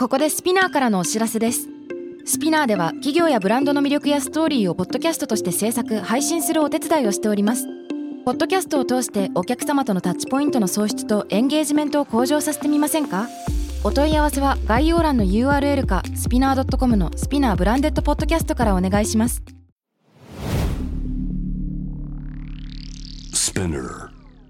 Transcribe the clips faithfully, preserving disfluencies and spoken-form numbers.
ここでスピナーからのお知らせです。スピナーでは企業やブランドの魅力やストーリーをポッドキャストとして制作・配信するお手伝いをしております。ポッドキャストを通してお客様とのタッチポイントの創出とエンゲージメントを向上させてみませんか？お問い合わせは概要欄の ユーアールエル かスピナー ドットコム のスピナーブランデッドポッドキャストからお願いします。スピナー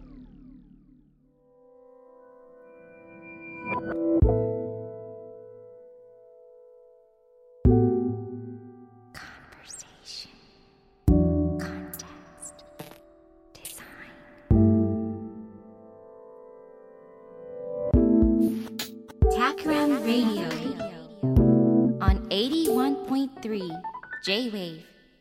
Radio on eighty-one point three J-Wave。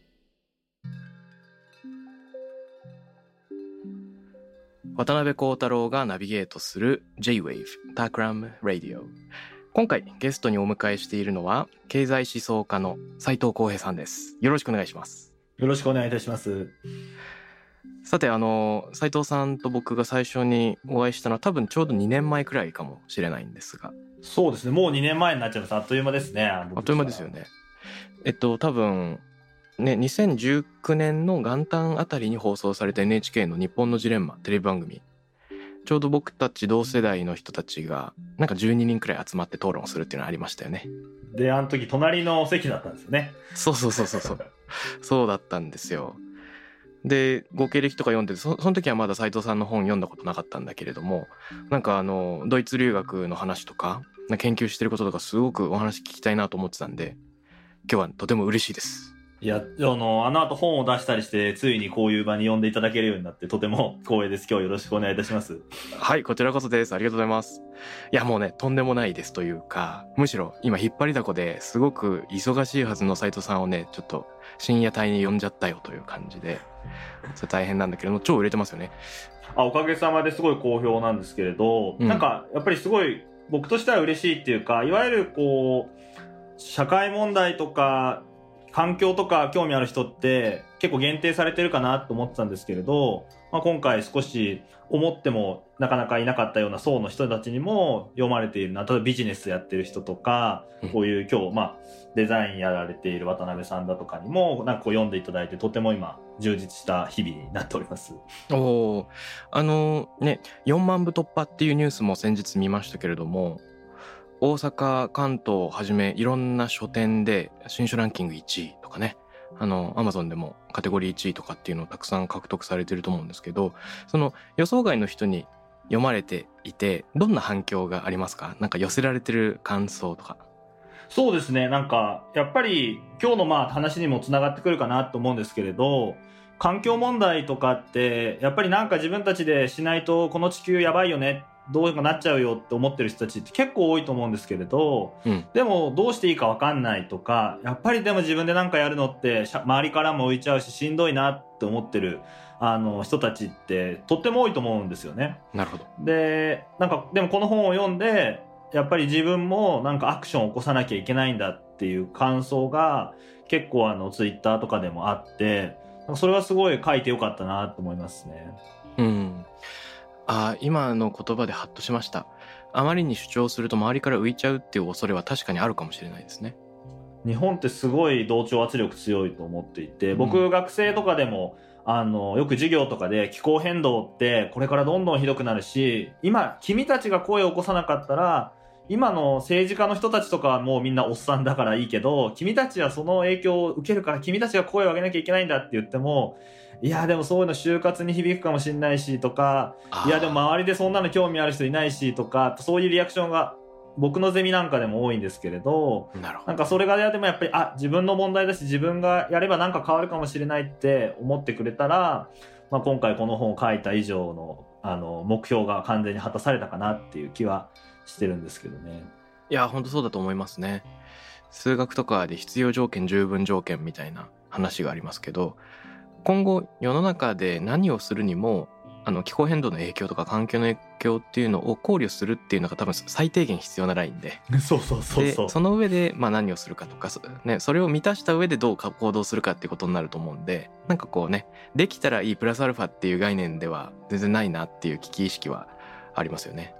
渡辺幸太郎がナビゲートする J-Wave タクラム Radio。 今回ゲストにお迎えしているのは経済思想家の斉藤浩平さんです。よろしくお願いします。 よろしくお願いいたします。 さて、あの斉藤さんと僕が最初にお会いしたのは多分ちょうどにねんまえくらいかもしれないんですが。 そうですね、もうにねんまえになっちゃいます。あっという間ですね。 あっという間ですよね。えっと多分ね、にせんじゅうきゅうねんの元旦あたりに放送された エヌエイチケー の日本のジレンマテレビ番組、ちょうど僕たち同世代の人たちがなんかじゅうににんくらい集まって討論するっていうのがありましたよね。 で、あの時隣の席だったんですよね。 そうそうそうそうそうそうだったんですよ。で、ご経歴とか読んでて、 そ, その時はまだ斉藤さんの本読んだことなかったんだけれども、なんかあのドイツ留学の話とか研究してることとかすごくお話聞きたいなと思ってたんで、今日はとても嬉しいです。 いや、あの、あの後本を出したりして、ついにこういう場に呼んでいただけるようになってとても光栄です。今日よろしくお願いいたします。 はい、こちらこそです。ありがとうございます。いや、もうね、とんでもないですというか、むしろ今引っ張りだこですごく忙しいはずの斉藤さんをね、ちょっと深夜帯に呼んじゃったよという感じで、それ大変なんだけども、超売れてますよね。 あ、おかげさまですごい好評なんですけれど、うん、なんかやっぱりすごい僕としては嬉しいっていうか、いわゆるこう社会問題とか環境とか興味ある人って結構限定されてるかなと思ってたんですけれど、まあ、今回少し思ってもなかなかいなかったような層の人たちにも読まれているな。例えばビジネスやってる人とか、こういう今日、まあ、デザインやられている渡辺さんだとかにもなんかこう読んでいただいて、とても今充実した日々になっております。 おー、あのね、よんまんぶ突破っていうニュースも先日見ましたけれども、大阪、関東をはじめいろんな書店で新書ランキングいちいとかね、あの Amazon でもカテゴリーいちいとかっていうのをたくさん獲得されてると思うんですけど、その予想外の人に読まれていてどんな反響がありますか？なんか寄せられてる感想とか。 そうですね、なんかやっぱり今日のまあ話にもつながってくるかなと思うんですけれど、環境問題とかってやっぱりなんか自分たちでしないとこの地球やばいよね、どうにかなっちゃうよって思ってる人たちって結構多いと思うんですけれど、うん、でもどうしていいか分かんないとか、やっぱりでも自分で何かやるのって周りからも浮いちゃうししんどいなって思ってるあの人たちってとっても多いと思うんですよね。 なるほど。 で、なんかでもこの本を読んでやっぱり自分もなんかアクションを起こさなきゃいけないんだっていう感想が結構あのツイッターとかでもあって、それはすごい書いてよかったなと思いますね。 うん。あ、今の言葉でハッとしました。あまりに主張すると周りから浮いちゃうっていう恐れは確かにあるかもしれないですね。 日本ってすごい同調圧力強いと思っていて、僕、うん、学生とかでもあのよく授業とかで気候変動ってこれからどんどんひどくなるし、今君たちが声を起こさなかったら今の政治家の人たちとかはもうみんなおっさんだからいいけど、君たちはその影響を受けるから君たちが声を上げなきゃいけないんだって言っても、いやでもそういうの就活に響くかもしれないしとか、いやでも周りでそんなの興味ある人いないしとか、そういうリアクションが僕のゼミなんかでも多いんですけれど、なるほど。なんかそれがでもやっぱりあ自分の問題だし自分がやればなんか変わるかもしれないって思ってくれたら、まあ、今回この本を書いた以上のあの目標が完全に果たされたかなっていう気はしてるんですけどね。 いや本当そうだと思いますね。数学とかで必要条件十分条件みたいな話がありますけど、今後世の中で何をするにもあの気候変動の影響とか環境の影響っていうのを考慮するっていうのが多分最低限必要なラインで、 そうそうそうそう。 でその上でまあ何をするかとか、ね、それを満たした上でどう行動するかっていうことになると思うんで、なんかこうね、できたらいいプラスアルファっていう概念では全然ないなっていう危機意識はありますよね。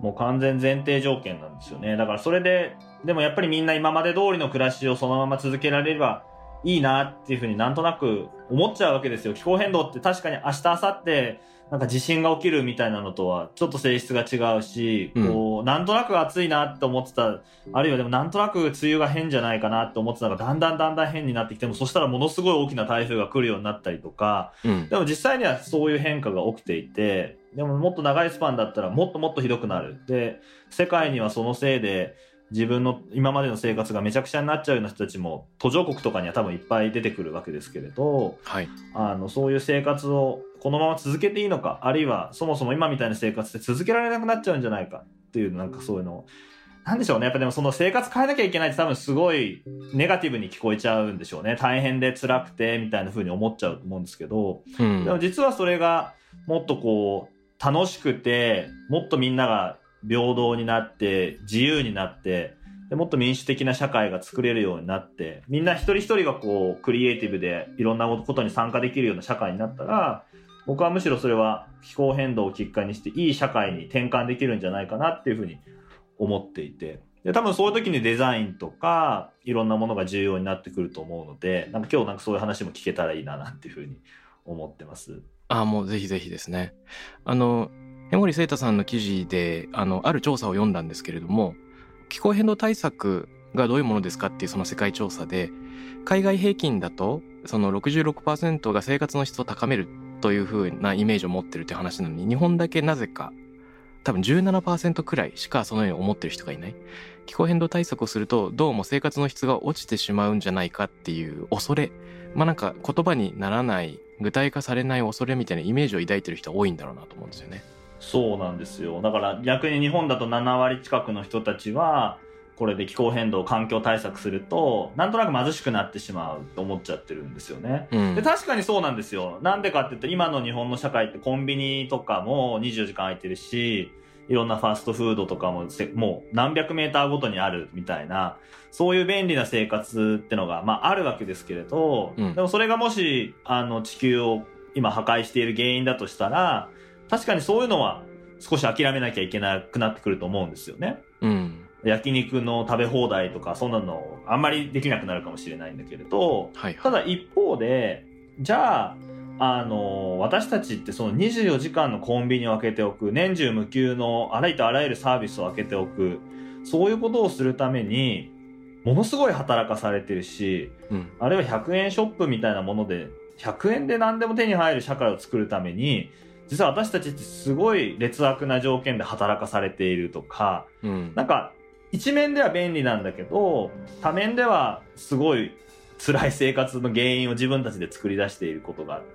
もう完全前提条件なんですよね。だからそれででもやっぱりみんな今まで通りの暮らしをそのまま続けられればいいなっていうふうになんとなく思っちゃうわけですよ。気候変動って確かに明日明後日なんか地震が起きるみたいなのとはちょっと性質が違うし、うん、こうなんとなく暑いなって思ってた、あるいはでもなんとなく梅雨が変じゃないかなって思ってたのがだんだんだんだん変になってきても、そしたらものすごい大きな台風が来るようになったりとか、うん、でも実際にはそういう変化が起きていて、でももっと長いスパンだったらもっともっとひどくなる。で、世界にはそのせいで自分の今までの生活がめちゃくちゃになっちゃうような人たちも途上国とかには多分いっぱい出てくるわけですけれど、はい、あのそういう生活をこのまま続けていいのか、あるいはそもそも今みたいな生活って続けられなくなっちゃうんじゃないかっていう、なんかそういうのなんでしょうね。やっぱでもその生活変えなきゃいけないって多分すごいネガティブに聞こえちゃうんでしょうね。大変で辛くてみたいな風に思っちゃうと思うんですけど、うん、でも実はそれがもっとこう楽しくて、もっとみんなが平等になって自由になって、でもっと民主的な社会が作れるようになって、みんな一人一人がこうクリエイティブでいろんなことに参加できるような社会になったら、僕はむしろそれは気候変動をきっかけにしていい社会に転換できるんじゃないかなっていうふうに思っていて、で多分そういう時にデザインとかいろんなものが重要になってくると思うので、なんか今日なんかそういう話も聞けたらいいななんていうふうに思ってます。 ああ、もうぜひぜひですね。あの江守聖太さんの記事であのある調査を読んだんですけれども、気候変動対策がどういうものですかっていうその世界調査で、海外平均だとその ろくじゅうろくパーセント が生活の質を高めるというふうなイメージを持ってるという話なのに、日本だけなぜか多分 じゅうななパーセント くらいしかそのように思ってる人がいない。気候変動対策をするとどうも生活の質が落ちてしまうんじゃないかっていう恐れ、まあなんか言葉にならない、具体化されない恐れみたいなイメージを抱いてる人は多いんだろうなと思うんですよね。 そうなんですよ。だから逆に日本だとななわり近くの人たちはこれで気候変動環境対策するとなんとなく貧しくなってしまうと思っちゃってるんですよね、うん、で確かにそうなんですよ。なんでかって言ったら今の日本の社会ってコンビニとかもにじゅうよじかん空いてるし、いろんなファーストフードとかももう何百メーターごとにあるみたいな、そういう便利な生活ってのが、まあ、あるわけですけれど、うん、でもそれがもしあの地球を今破壊している原因だとしたら、確かにそういうのは少し諦めなきゃいけなくなってくると思うんですよね、うん、焼肉の食べ放題とかそんなのあんまりできなくなるかもしれないんだけれど、はいはい、ただ一方でじゃああの私たちってそのにじゅうよじかんのコンビニを開けておく、年中無休のあらゆるあらゆるサービスを開けておく、そういうことをするためにものすごい働かされてるし、うん、あるいはひゃくえんショップみたいなものでひゃくえんで何でも手に入る社会を作るために、実は私たちってすごい劣悪な条件で働かされているとか、うん、なんか一面では便利なんだけど多面ではすごい辛い生活の原因を自分たちで作り出していることがあって、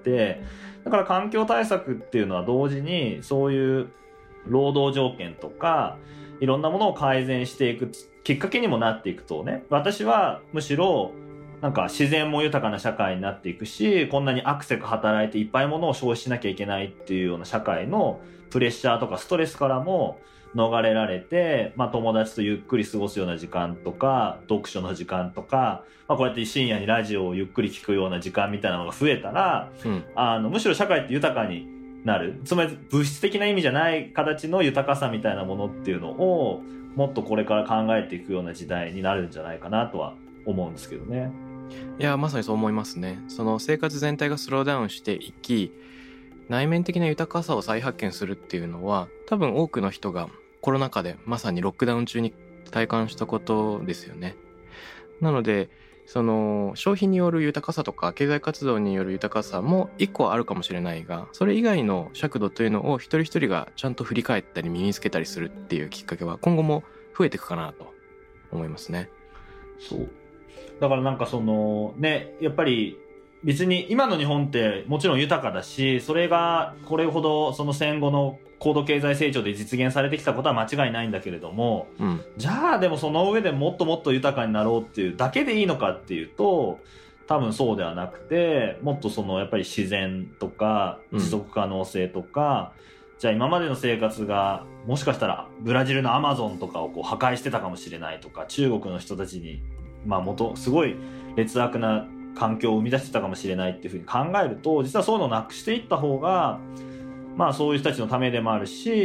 だから環境対策っていうのは同時にそういう労働条件とかいろんなものを改善していくきっかけにもなっていくとね、私はむしろなんか自然も豊かな社会になっていくし、こんなにアクセク働いていっぱいものを消費しなきゃいけないっていうような社会のプレッシャーとかストレスからも逃れられて、まあ、友達とゆっくり過ごすような時間とか読書の時間とか、まあ、こうやって深夜にラジオをゆっくり聞くような時間みたいなのが増えたら、うん、あのむしろ社会って豊かになる、つまり物質的な意味じゃない形の豊かさみたいなものっていうのをもっとこれから考えていくような時代になるんじゃないかなとは思うんですけどね。 いやまさにそう思いますね。その生活全体がスローダウンしていき、内面的な豊かさを再発見するっていうのは多分多くの人がコロナ禍でまさにロックダウン中に体感したことですよね。なのでその消費による豊かさとか経済活動による豊かさも一個はあるかもしれないが、それ以外の尺度というのを一人一人がちゃんと振り返ったり身につけたりするっていうきっかけは今後も増えていくかなと思いますね。 そうだからなんかそのね、やっぱり別に今の日本ってもちろん豊かだし、それがこれほどその戦後の高度経済成長で実現されてきたことは間違いないんだけれども、うん、じゃあでもその上でもっともっと豊かになろうっていうだけでいいのかっていうと多分そうではなくて、もっとそのやっぱり自然とか持続可能性とか、うん、じゃあ今までの生活がもしかしたらブラジルのアマゾンとかをこう破壊してたかもしれないとか、中国の人たちにまあ元すごい劣悪な環境を生み出してたかもしれないっていうふうに考えると、実はそういうのをなくしていった方がまあそういう人たちのためでもあるし、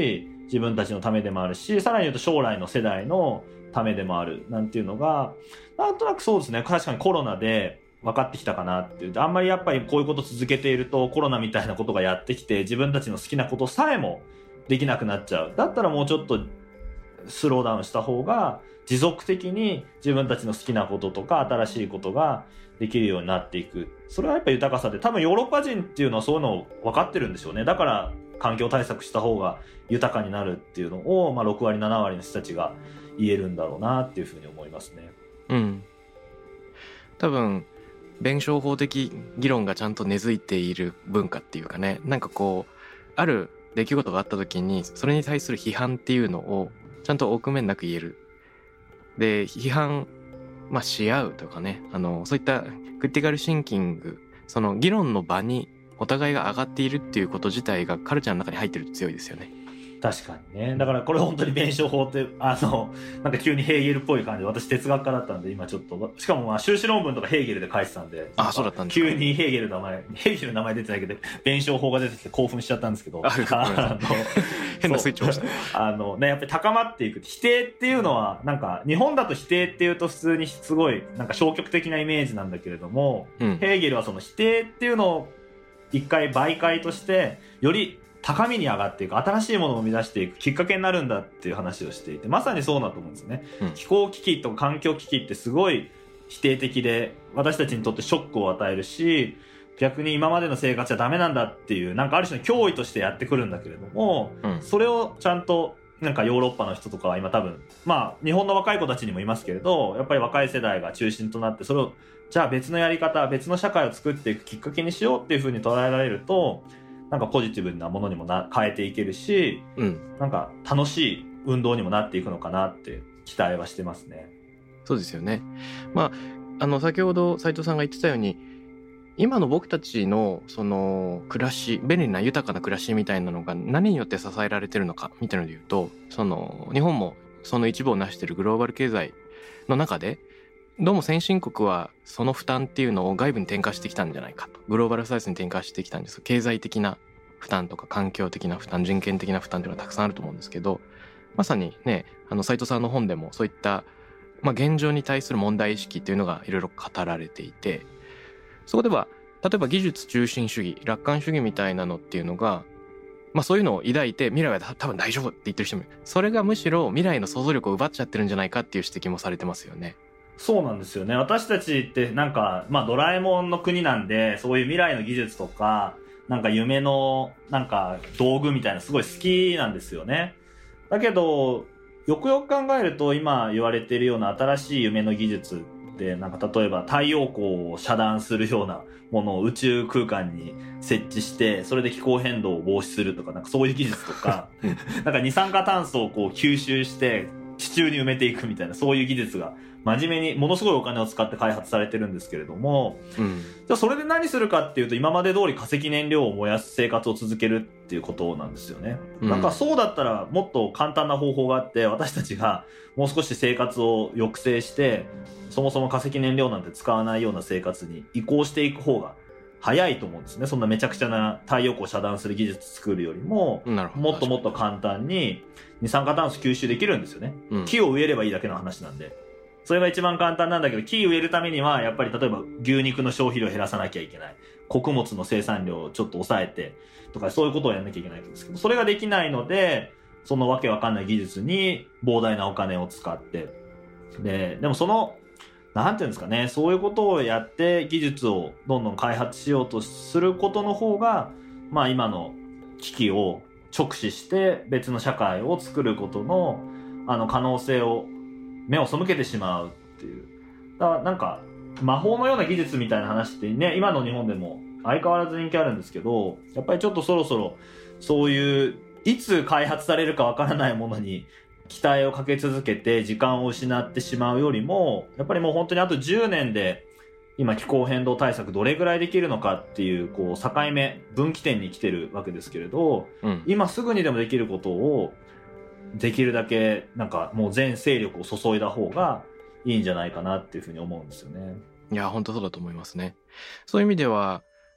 自分たちのためでもあるし、さらに言うと将来の世代のためでもあるなんていうのが、なんとなくそうですね、確かにコロナで分かってきたかなっていう。あんまりやっぱりこういうこと続けていると、コロナみたいなことがやってきて自分たちの好きなことさえもできなくなっちゃう。だったらもうちょっとスローダウンした方が持続的に自分たちの好きなこととか新しいことができるようになっていく。それはやっぱ豊かさで、多分ヨーロッパ人っていうのはそういうのを分かってるんでしょうね。だから環境対策した方が豊かになるっていうのを、まあ、ろくわりななわりの人たちが言えるんだろうなっていうふうに思いますね。 うん。多分弁証法的議論がちゃんと根付いている文化っていうかね、なんかこうある出来事があった時にそれに対する批判っていうのをちゃんと臆面なく言える。で、批判、まあ、し合うとかね、あのそういったクリティカルシンキング、その議論の場にお互いが上がっているっていうこと自体がカルチャーの中に入ってると強いですよね。 確かにね。だからこれ本当に弁証法ってあのなんか急にヘーゲルっぽい感じで、私哲学家だったんで今ちょっと、しかもまあ修士論文とかヘーゲルで書いてたんで、 あ、そうだったんですか。 急にヘーゲルの名前ヘーゲルの名前出てないけど弁証法が出てきて興奮しちゃったんですけど、あの変なスイッチを押したあのね、やっぱり高まっていく。否定っていうのはなんか日本だと否定っていうと普通にすごいなんか消極的なイメージなんだけれども、うん、ヘーゲルはその否定っていうのを一回媒介としてより高みに上がっていく、新しいものを生み出していくきっかけになるんだっていう話をしていて、まさにそうだと思うんですよね、うん、気候危機とか環境危機ってすごい否定的で私たちにとってショックを与えるし、逆に今までの生活じゃダメなんだっていう、なんかある種の脅威としてやってくるんだけれども、うん、それをちゃんとなんかヨーロッパの人とかは今多分、まあ日本の若い子たちにもいますけれど、やっぱり若い世代が中心となって、それをじゃあ別のやり方、別の社会を作っていくきっかけにしようっていう風に捉えられると、なんかポジティブなものにもな変えていけるし、うん、なんか楽しい運動にもなっていくのかなって期待はしてますね。 そうですよね。まああの先ほど斉藤さんが言ってたように、今の僕たちのその暮らし、便利な豊かな暮らしみたいなのが何によって支えられてるのかみたいなので言うと、その日本もその一部を成しているグローバル経済の中で、どうも先進国はその負担っていうのを外部に転嫁してきたんじゃないかと、グローバルサウスに転嫁してきたんです。経済的な負担とか環境的な負担、人権的な負担っていうのはたくさんあると思うんですけど、まさにね、あの斉藤さんの本でもそういった、まあ、現状に対する問題意識っていうのがいろいろ語られていて、そこでは例えば技術中心主義、楽観主義みたいなのっていうのが、まあ、そういうのを抱いて未来は多分大丈夫って言ってる人もいる。それがむしろ未来の想像力を奪っちゃってるんじゃないかっていう指摘もされてますよね。 そうなんですよね。私たちってなんか、まあドラえもんの国なんで、そういう未来の技術とか、なんか夢のなんか道具みたいなすごい好きなんですよね。だけど、よくよく考えると今言われているような新しい夢の技術って、なんか例えば太陽光を遮断するようなものを宇宙空間に設置して、それで気候変動を防止するとか、なんかそういう技術とか、なんか二酸化炭素をこう吸収して地中に埋めていくみたいな、そういう技術が真面目にものすごいお金を使って開発されてるんですけれども、うん、じゃあそれで何するかっていうと、今まで通り化石燃料を燃やす生活を続けるっていうことなんですよね、うん、なんかそうだったらもっと簡単な方法があって、私たちがもう少し生活を抑制して、そもそも化石燃料なんて使わないような生活に移行していく方が早いと思うんですね。そんなめちゃくちゃな太陽光を遮断する技術作るよりも、もっともっと簡単に二酸化炭素吸収できるんですよね、うん、木を植えればいいだけの話なんで、それが一番簡単なんだけど、木植えるためにはやっぱり例えば牛肉の消費量を減らさなきゃいけない、穀物の生産量をちょっと抑えてとか、そういうことをやらなきゃいけないんですけど、それができないので、そのわけわかんない技術に膨大なお金を使って、ででもそのなんていうんですかね、そういうことをやって技術をどんどん開発しようとすることの方が、まあ今の危機を直視して別の社会を作ることのあの可能性を目を背けてしまうっていう。だからなんか魔法のような技術みたいな話ってね、今の日本でも相変わらず人気あるんですけど、やっぱりちょっとそろそろそういういつ開発されるかわからないものに期待をかけ続けて時間を失ってしまうよりも、やっぱりもう本当にあとじゅうねんで今気候変動対策どれぐらいできるのかっていうこう境目、分岐点に来てるわけですけれど、うん、今すぐにでもできることをできるだけなんかもう全勢力を注いだ方がいいんじゃないかなっていうふうに思うんですよね。 いや本当そうだと思いますね。そういう意味では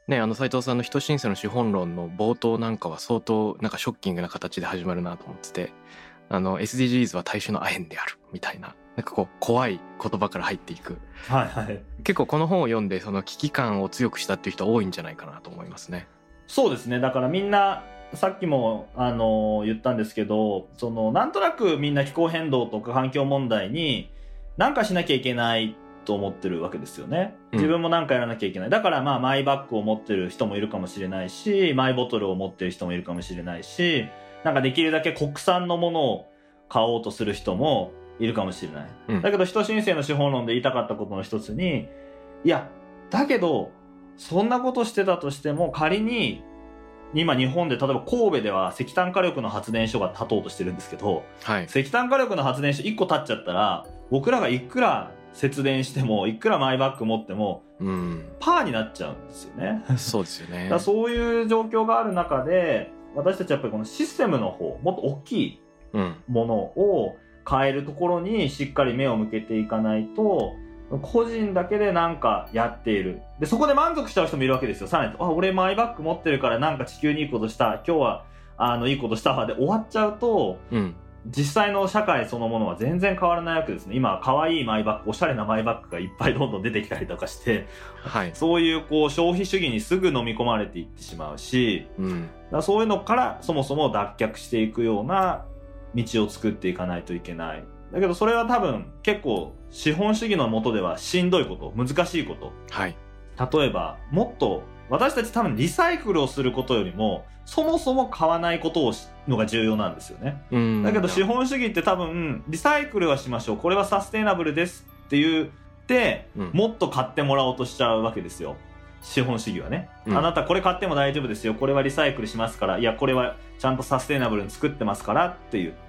ね、あの斉藤さんの人申請の資本論の冒頭なんかは相当なんかショッキングな形で始まるなと思ってて、あの エスディージーズ は大衆のアヘンであるみたいな、なんかこう怖い言葉から入っていく、 はいはい、 結構この本を読んでその危機感を強くしたっていう人多いんじゃないかなと思いますね。 そうですね。だからみんなさっきもあの言ったんですけど、そのなんとなくみんな気候変動とか環境問題に何かしなきゃいけないと思ってるわけですよね。自分も何かやらなきゃいけない、うん、だからまあマイバッグを持ってる人もいるかもしれないし、マイボトルを持ってる人もいるかもしれないし、なんかできるだけ国産のものを買おうとする人もいるかもしれない、うん、だけど人申請の資本論で言いたかったことの一つに、いやだけどそんなことしてたとしても、仮に今日本で例えば神戸では石炭火力の発電所が建とうとしてるんですけど、はい、石炭火力の発電所いっこ建っちゃったら、僕らがいくら節電してもいくらマイバッグ持っても、うん、パーになっちゃうんですよね。 そうですよね。 だからそういう状況がある中で、私たちはやっぱりこのシステムの方、もっと大きいものを変えるところにしっかり目を向けていかないと、個人だけでなんかやっている。で、そこで満足しちゃう人もいるわけですよ。さらに、あ、俺マイバッグ持ってるからなんか地球にいいことした、今日はあのいいことしたわで終わっちゃうと、うん、実際の社会そのものは全然変わらないわけですね。今可愛いマイバッグ、おしゃれなマイバッグがいっぱいどんどん出てきたりとかして、はい、そういうこう消費主義にすぐ飲み込まれていってしまうし、うん、だからそういうのからそもそも脱却していくような道を作っていかないといけない。だけどそれは多分結構資本主義の下ではしんどいこと、難しいこと、はい、例えばもっと私たち多分リサイクルをすることよりもそもそも買わないことをしのが重要なんですよね。うんだけど資本主義って多分リサイクルはしましょう、これはサステイナブルですって言って、うん、もっと買ってもらおうとしちゃうわけですよ、資本主義はね、うん、あなたこれ買っても大丈夫ですよ、これはリサイクルしますから、いやこれはちゃんとサステイナブルに作ってますからって言って、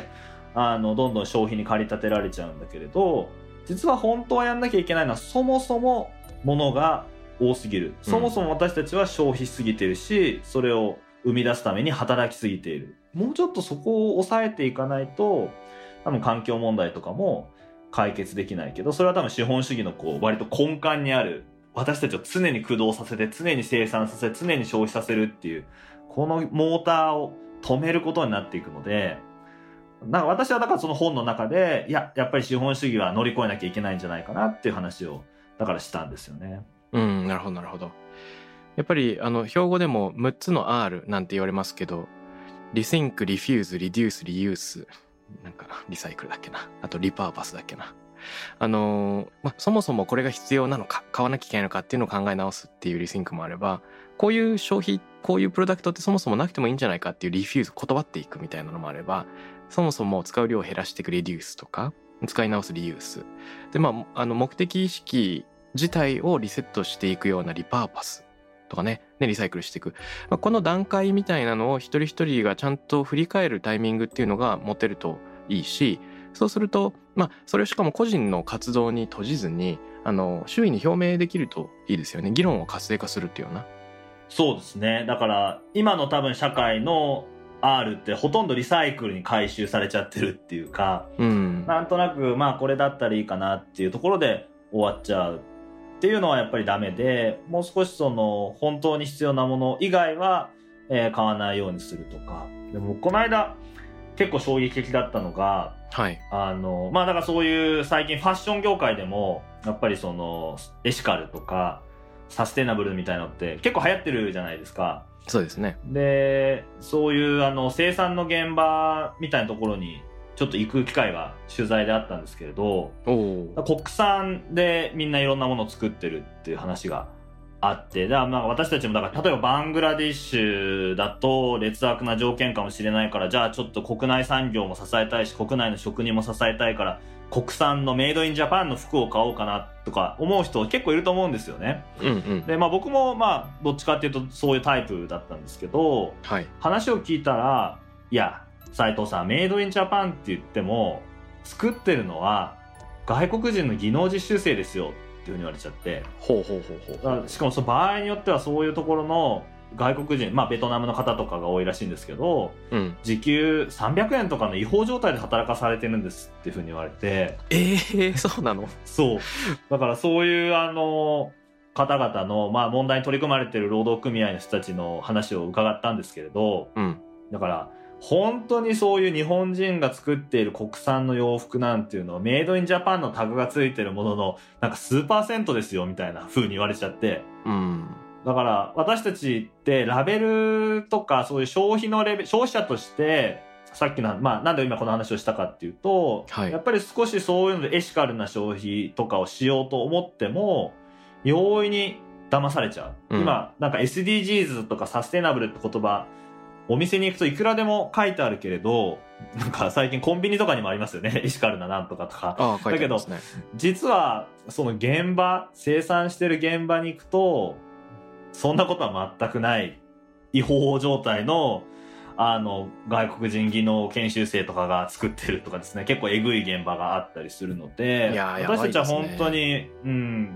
あのどんどん消費に駆り立てられちゃうんだけれど、実は本当はやんなきゃいけないのはそもそも物が多すぎる、そもそも私たちは消費しすぎてるし、それを生み出すために働きすぎている。もうちょっとそこを抑えていかないと多分環境問題とかも解決できないけど、それは多分資本主義のこう割と根幹にある、私たちを常に駆動させて常に生産させ常に消費させるっていうこのモーターを止めることになっていくので、なんか私はだからその本の中でいややっぱり資本主義は乗り越えなきゃいけないんじゃないかなっていう話をだからしたんですよね。 うん、なるほどなるほど。やっぱりあの標語でもむっつの アール なんて言われますけど、リシンク、リフューズ、リデュース、リユース、なんかリサイクルだっけな、あとリパーパスだっけな、あのーまあ、そもそもこれが必要なのか買わなきゃいけないのかっていうのを考え直すっていうリシンクもあれば、こういう消費こういうプロダクトってそもそもなくてもいいんじゃないかっていうリフューズ、断っていくみたいなのもあれば、そもそも使う量を減らしていくリデュースとか使い直すリユースで、まあ、あの目的意識自体をリセットしていくようなリパーパスとかね、でリサイクルしていく、まあ、この段階みたいなのを一人一人がちゃんと振り返るタイミングっていうのが持てるといいし、そうすると、まあ、それをしかも個人の活動に閉じずにあの周囲に表明できるといいですよね。議論を活性化するっていうような。 そうですね。だから今の多分社会の アール ってほとんどリサイクルに回収されちゃってるっていうか、うん、なんとなくまあこれだったらいいかなっていうところで終わっちゃうっていうのはやっぱりダメで、もう少しその本当に必要なもの以外は、えー、買わないようにするとか。でもこの間結構衝撃的だったのが、はい、あのまあだからそういう最近ファッション業界でもやっぱりそのエシカルとかサステナブルみたいなのって結構流行ってるじゃないですか。 そうですね。 でそういうあの生産の現場みたいなところにちょっと行く機会が取材であったんですけれど、国産でみんないろんなものを作ってるっていう話があって、だからまあ私たちもだから例えばバングラディッシュだと劣悪な条件かもしれないから、じゃあちょっと国内産業も支えたいし国内の職人も支えたいから国産のメイドインジャパンの服を買おうかなとか思う人結構いると思うんですよね。うんうん、でまあ僕もまあどっちかっていうとそういうタイプだったんですけど、はい、話を聞いたら、いや斉藤さんメイドインジャパンって言っても作ってるのは外国人の技能実習生ですよっていうふうに言われちゃって、ほうほうほうほう。しかもその場合によってはそういうところの外国人、まあベトナムの方とかが多いらしいんですけど、うん、時給さんびゃくえんとかの違法状態で働かされてるんですっていうふうに言われて、 えー、そうなの？ そうだからそういうあの方々の、まあ、問題に取り組まれている労働組合の人たちの話を伺ったんですけれど、 うん、 だから本当にそういう日本人が作っている国産の洋服なんていうのはメイドインジャパンのタグがついてるもののなんか数パーセントですよみたいな風に言われちゃって、 うん、 だから私たちってラベルとかそういう消費のレベル、消費者としてさっきの、まあ、なんで今この話をしたかっていうと、はい、やっぱり少しそういうのでエシカルな消費とかをしようと思っても容易に騙されちゃう、うん、今なんか エスディージーズ とかサステナブルって言葉お店に行くといくらでも書いてあるけれど、なんか最近コンビニとかにもありますよね。エシカルななんとかとか。 ああ、書いてますね。だけど、実はその現場、生産してる現場に行くと、そんなことは全くない。違法状態の、あの、外国人技能研修生とかが作ってるとかですね、結構えぐい現場があったりするので、 いや、 私たちは本当に、うん、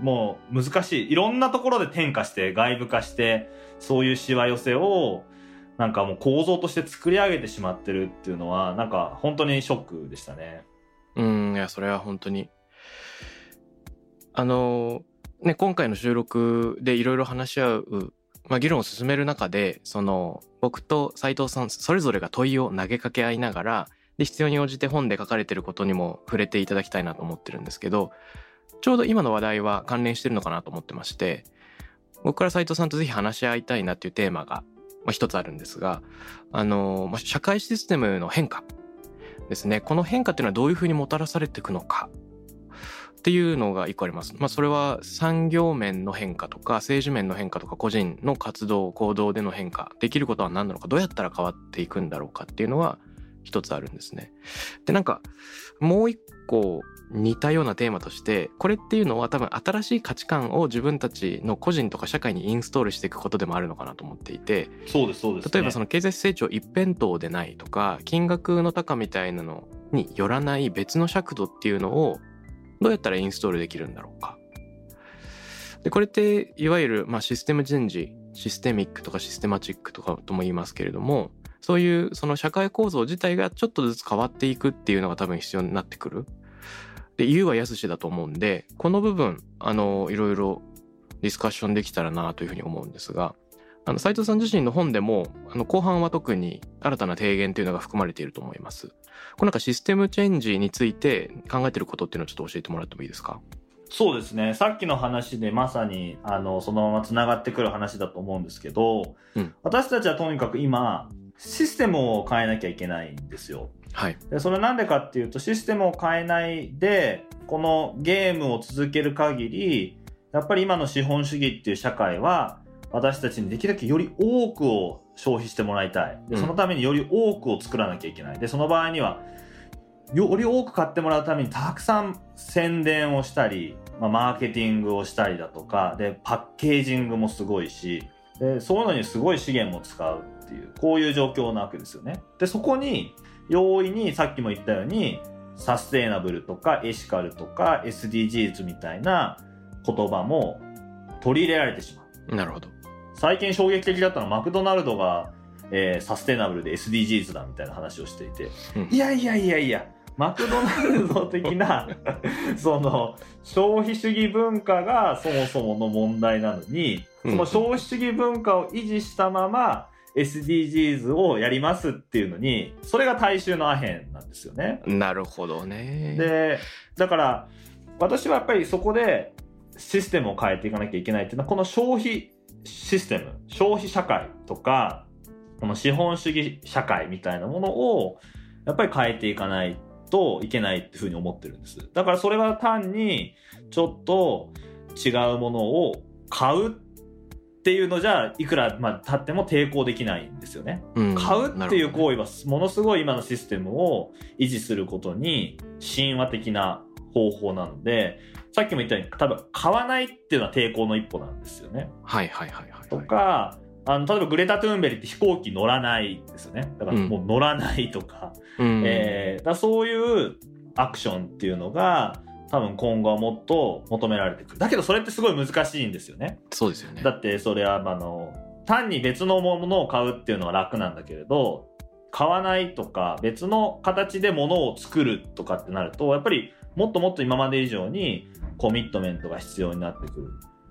もう難しい。いろんなところで転化して、外部化して、そういうしわ寄せを、なんかもう構造として作り上げてしまってるっていうのはなんか本当にショックでしたね。 うん、いやそれは本当にあのね今回の収録でいろいろ話し合う、まあ、議論を進める中でその僕と斉藤さんそれぞれが問いを投げかけ合いながらで必要に応じて本で書かれてることにも触れていただきたいなと思ってるんですけど、ちょうど今の話題は関連してるのかなと思ってまして、僕から斉藤さんとぜひ話し合いたいなっていうテーマがまあ、一つあるんですが、あのまあ、社会システムの変化ですね。この変化っていうのはどういうふうにもたらされていくのかっていうのが一個あります。まあ、それは産業面の変化とか政治面の変化とか個人の活動行動での変化、できることは何なのか、どうやったら変わっていくんだろうかっていうのは一つあるんですね。でなんかもう一個似たようなテーマとして、これっていうのは多分新しい価値観を自分たちの個人とか社会にインストールしていくことでもあるのかなと思っていて、 そうですそうですね。 例えばその経済成長一辺倒でないとか金額の高みたいなのによらない別の尺度っていうのをどうやったらインストールできるんだろうか。でこれっていわゆるまあシステム人事、システミックとかシステマチックとかとも言いますけれども、そういうその社会構造自体がちょっとずつ変わっていくっていうのが多分必要になってくる。で言うはやすしだと思うんで、この部分あのいろいろディスカッションできたらなというふうに思うんですが、あの斉藤さん自身の本でもあの後半は特に新たな提言というのが含まれていると思います。これなんかシステムチェンジについて考えていることっていうのをちょっと教えてもらってもいいですか？ そうですね、さっきの話でまさにあのそのままつながってくる話だと思うんですけど、うん、私たちはとにかく今システムを変えなきゃいけないんですよ。 はい、 でそれなんでかっていうと、システムを変えないでこのゲームを続ける限りやっぱり今の資本主義っていう社会は私たちにできるだけより多くを消費してもらいたい。でそのためにより多くを作らなきゃいけない。でその場合にはより多く買ってもらうためにたくさん宣伝をしたり、まあ、マーケティングをしたりだとかでパッケージングもすごいし、でそういうのにすごい資源も使うっていう、こういう状況なわけですよね。でそこに容易にさっきも言ったようにサステイナブルとかエシカルとか エスディージーズ みたいな言葉も取り入れられてしまう。なるほど。 最近衝撃的だったのはマクドナルドが、えー、サステイナブルで エスディージーズ だみたいな話をしていて、うん、いやいやいやいやマクドナルド的なその消費主義文化がそもそもの問題なのに、その消費主義文化を維持したままエスディージーズ をやりますっていうのに、それが大衆のアヘンなんですよね。 なるほどね。 でだから私はやっぱりそこでシステムを変えていかなきゃいけないっていうのは、この消費システム、消費社会とかこの資本主義社会みたいなものをやっぱり変えていかないといけないっていうふうに思ってるんです。だからそれは単にちょっと違うものを買うっていうのじゃいくらまあ経っても抵抗できないんですよね、うん、買うっていう行為はものすごい今のシステムを維持することに親和的な方法なので、さっきも言ったように多分買わないっていうのは抵抗の一歩なんですよね。 はいはいはいはい、はい、 とかあの例えばグレタ・トゥーンベリって飛行機乗らないですよね。だからもう乗らないとか、うんえー、だそういうアクションっていうのが多分今後はもっと求められてくる。だけどそれってすごい難しいんですよね。 そうですよね。 だってそれはあの単に別のものを買うっていうのは楽なんだけれど、買わないとか別の形で物を作るとかってなるとやっぱりもっともっと今まで以上にコミットメントが必要になってくる。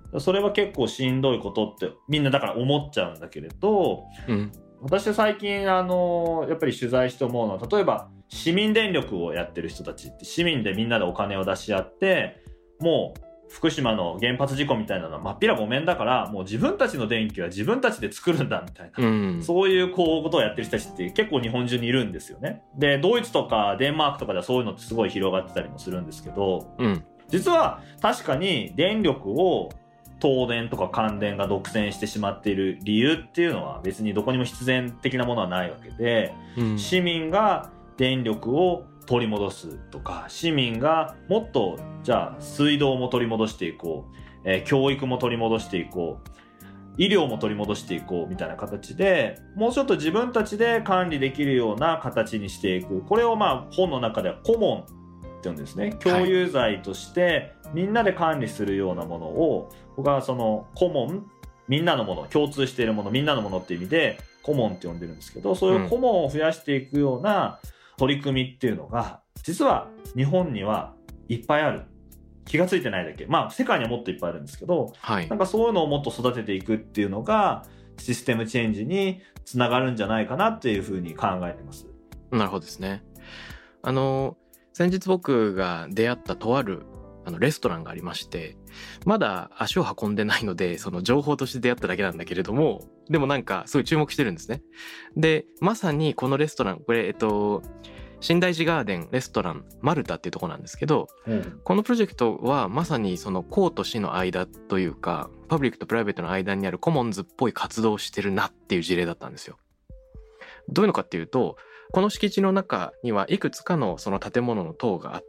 それは結構しんどいことってみんなだから思っちゃうんだけれど、 うん、 私は最近あのやっぱり取材して思うのは、例えば市民電力をやってる人たちって市民でみんなでお金を出し合って、もう福島の原発事故みたいなのはまっぴらごめんだから、もう自分たちの電気は自分たちで作るんだみたいな、うん、そういうこうことをやってる人たちって結構日本中にいるんですよね。でドイツとかデンマークとかではそういうのってすごい広がってたりもするんですけど、うん、実は確かに電力を東電とか関電が独占してしまっている理由っていうのは別にどこにも必然的なものはないわけで、うん、市民が電力を取り戻すとか、市民がもっとじゃあ水道も取り戻していこう、えー、教育も取り戻していこう、医療も取り戻していこうみたいな形で、もうちょっと自分たちで管理できるような形にしていく。これをまあ本の中ではコモンって言うんですね。共有財としてみんなで管理するようなものを、僕はそのコモン、みんなのもの、共通しているもの、みんなのものっていう意味でコモンって呼んでるんですけど、そういうコモンを増やしていくような取り組みっていうのが実は日本にはいっぱいある。気がついてないだけ。まあ世界にはもっといっぱいあるんですけど、はい、なんかそういうのをもっと育てていくっていうのがシステムチェンジにつながるんじゃないかなっていうふうに考えてます。 なるほどですね。あの先日僕が出会ったとあるあのレストランがありまして、まだ足を運んでないのでその情報として出会っただけなんだけれども、でもなんかすごい注目してるんですね。でまさにこのレストラン、これえっと新大寺ガーデンレストランマルタっていうところなんですけど、うん、このプロジェクトはまさにその公と私の間というかパブリックとプライベートの間にあるコモンズっぽい活動をしてるなっていう事例だったんですよ。どういうのかっていうと、この敷地の中にはいくつかのその建物の塔があって、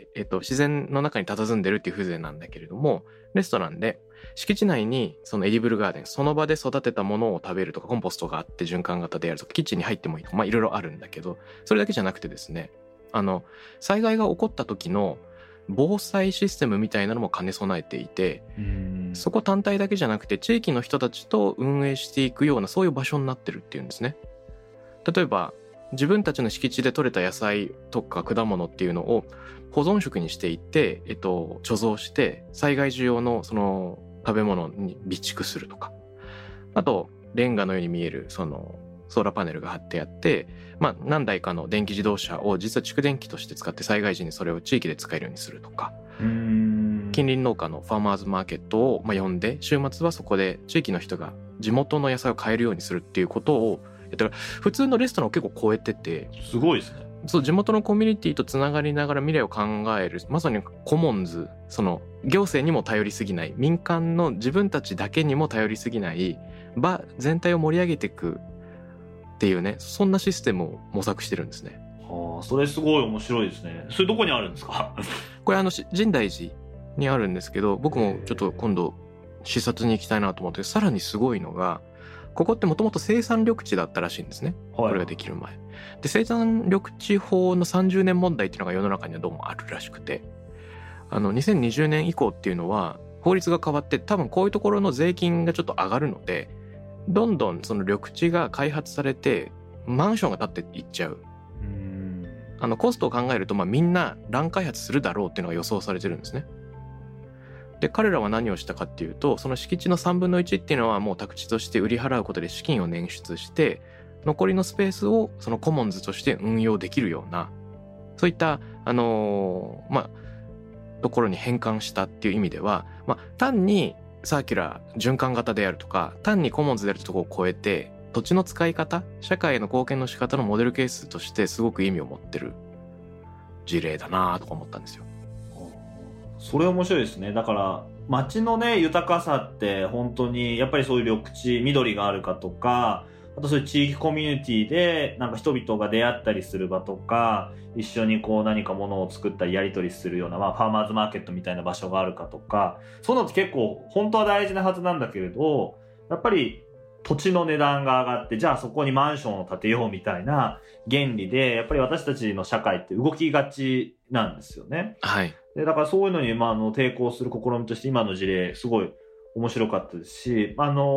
えっと、自然の中に佇んでるっていう風情なんだけれども、レストランで敷地内にそのエディブルガーデン、その場で育てたものを食べるとか、コンポストがあって循環型でやるとか、キッチンに入ってもいいとか、まあいろいろあるんだけど、それだけじゃなくてですね、あの災害が起こった時の防災システムみたいなのも兼ね備えていて、そこ単体だけじゃなくて地域の人たちと運営していくような、そういう場所になってるっていうんですね。例えば自分たちの敷地で採れた野菜とか果物っていうのを保存食にしていって、えっと、貯蔵して災害時用のその食べ物に備蓄するとか、あとレンガのように見えるそのソーラーパネルが貼ってあって、まあ、何台かの電気自動車を実は蓄電機として使って災害時にそれを地域で使えるようにするとか、うーん、近隣農家のファーマーズマーケットをまあ呼んで、週末はそこで地域の人が地元の野菜を買えるようにするっていうことをやったら、普通のレストランを結構超えてて、 すごいですね。 そう、地元のコミュニティとつながりながら未来を考える、まさにコモンズ、その行政にも頼りすぎない、民間の自分たちだけにも頼りすぎない場全体を盛り上げていくっていうね、そんなシステムを模索してるんですね。 はあ、それすごい面白いですね。それどこにあるんですか？ これあの深大寺にあるんですけど、僕もちょっと今度視察に行きたいなと思って、さらにすごいのが、ここってもともと生産緑地だったらしいんですね、はい、これができる前で。生産緑地法のさんじゅうねん問題っていうのが世の中にはどうもあるらしくて、あのにせんにじゅうねん以降っていうのは法律が変わって、多分こういうところの税金がちょっと上がるので、どんどんその緑地が開発されてマンションが建っていっちゃう。うーん、あのコストを考えると、まあみんな乱開発するだろうっていうのが予想されてるんですね。で彼らは何をしたかっていうと、その敷地のさんぶんのいちっていうのはもう宅地として売り払うことで資金を捻出して、残りのスペースをそのコモンズとして運用できるような、そういったあのー、まあところに変換したっていう意味では、まあ単にサーキュラー循環型であるとか、単にコモンズであるところを超えて、土地の使い方、社会への貢献の仕方のモデルケースとしてすごく意味を持ってる事例だなとか思ったんですよ。 それ面白いですね。だから街のね豊かさって本当にやっぱりそういう緑地、緑があるかとか、あとそういう地域コミュニティでなんか人々が出会ったりする場とか、一緒にこう何か物を作ったりやり取りするような、まあファーマーズマーケットみたいな場所があるかとか、そういうのって結構本当は大事なはずなんだけれど、やっぱり土地の値段が上がって、じゃあそこにマンションを建てようみたいな原理で、やっぱり私たちの社会って動きがちなんですよね。 はい。 でだからそういうのに、まあ、あの抵抗する試みとして今の事例すごい面白かったですし、あの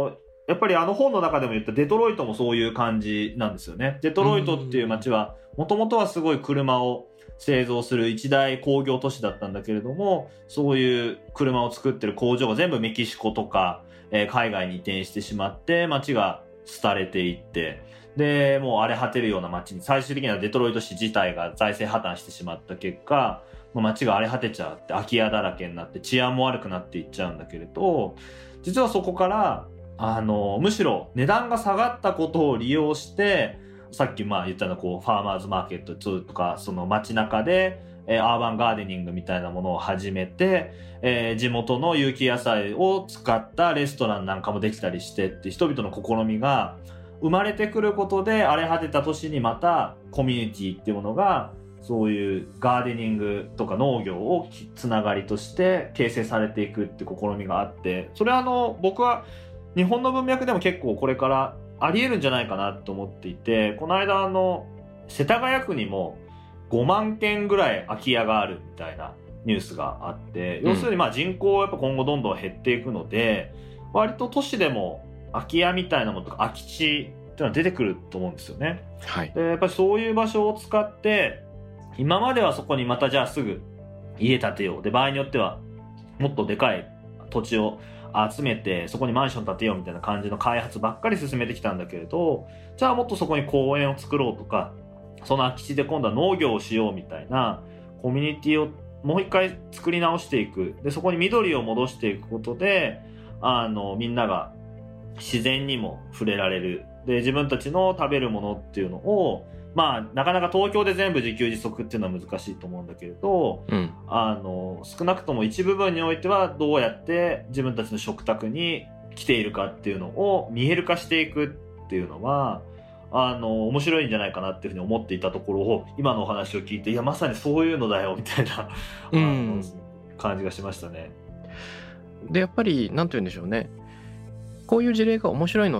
やっぱりあの本の中でも言ったデトロイトもそういう感じなんですよね。デトロイトっていう街はもともとはすごい車を製造する一大工業都市だったんだけれども、そういう車を作ってる工場が全部メキシコとか、えー、海外に移転してしまって街が廃れていって、でもう荒れ果てるような街に、最終的にはデトロイト市自体が財政破綻してしまった結果、もう街が荒れ果てちゃって空き家だらけになって治安も悪くなっていっちゃうんだけれど、実はそこからあのむしろ値段が下がったことを利用して、さっきまあ言ったようなこうファーマーズマーケットとかその街中で、えー、アーバンガーデニングみたいなものを始めて、えー、地元の有機野菜を使ったレストランなんかもできたりしてって人々の試みが生まれてくることで、荒れ果てた都市にまたコミュニティっていうものが、そういうガーデニングとか農業をつながりとして形成されていくって試みがあって、それはあの僕は日本の文脈でも結構これからありえるんじゃないかなと思っていて、この間あの世田谷区にもごまんけんぐらい空き家があるみたいなニュースがあって、要するにまあ人口はやっぱ今後どんどん減っていくので、割と都市でも空き家みたいなものとか空き地っていうのは出てくると思うんですよね。 はい、 でやっぱりそういう場所を使って、今まではそこにまたじゃあすぐ家建てよう、で場合によってはもっとでかい土地を集めてそこにマンション建てようみたいな感じの開発ばっかり進めてきたんだけれど、じゃあもっとそこに公園を作ろうとか、その空き地で今度は農業をしようみたいなコミュニティをもう一回作り直していく。でそこに緑を戻していくことで、あのみんなが自然にも触れられる。で自分たちの食べるものっていうのを、まあなかなか東京で全部自給自足っていうのは難しいと思うんだけれど、 うん、 あの少なくとも一部分においてはどうやって自分たちの食卓に来ているかっていうのを見える化していくっていうのは、あの面白いんじゃないかなっていうふうに思っていたところを、今のお話を聞いて、いやまさにそういうのだよみたいな、うん、感じがしましたね。 でやっぱりなんて言うんでしょうね、こういう事例が面白いのって、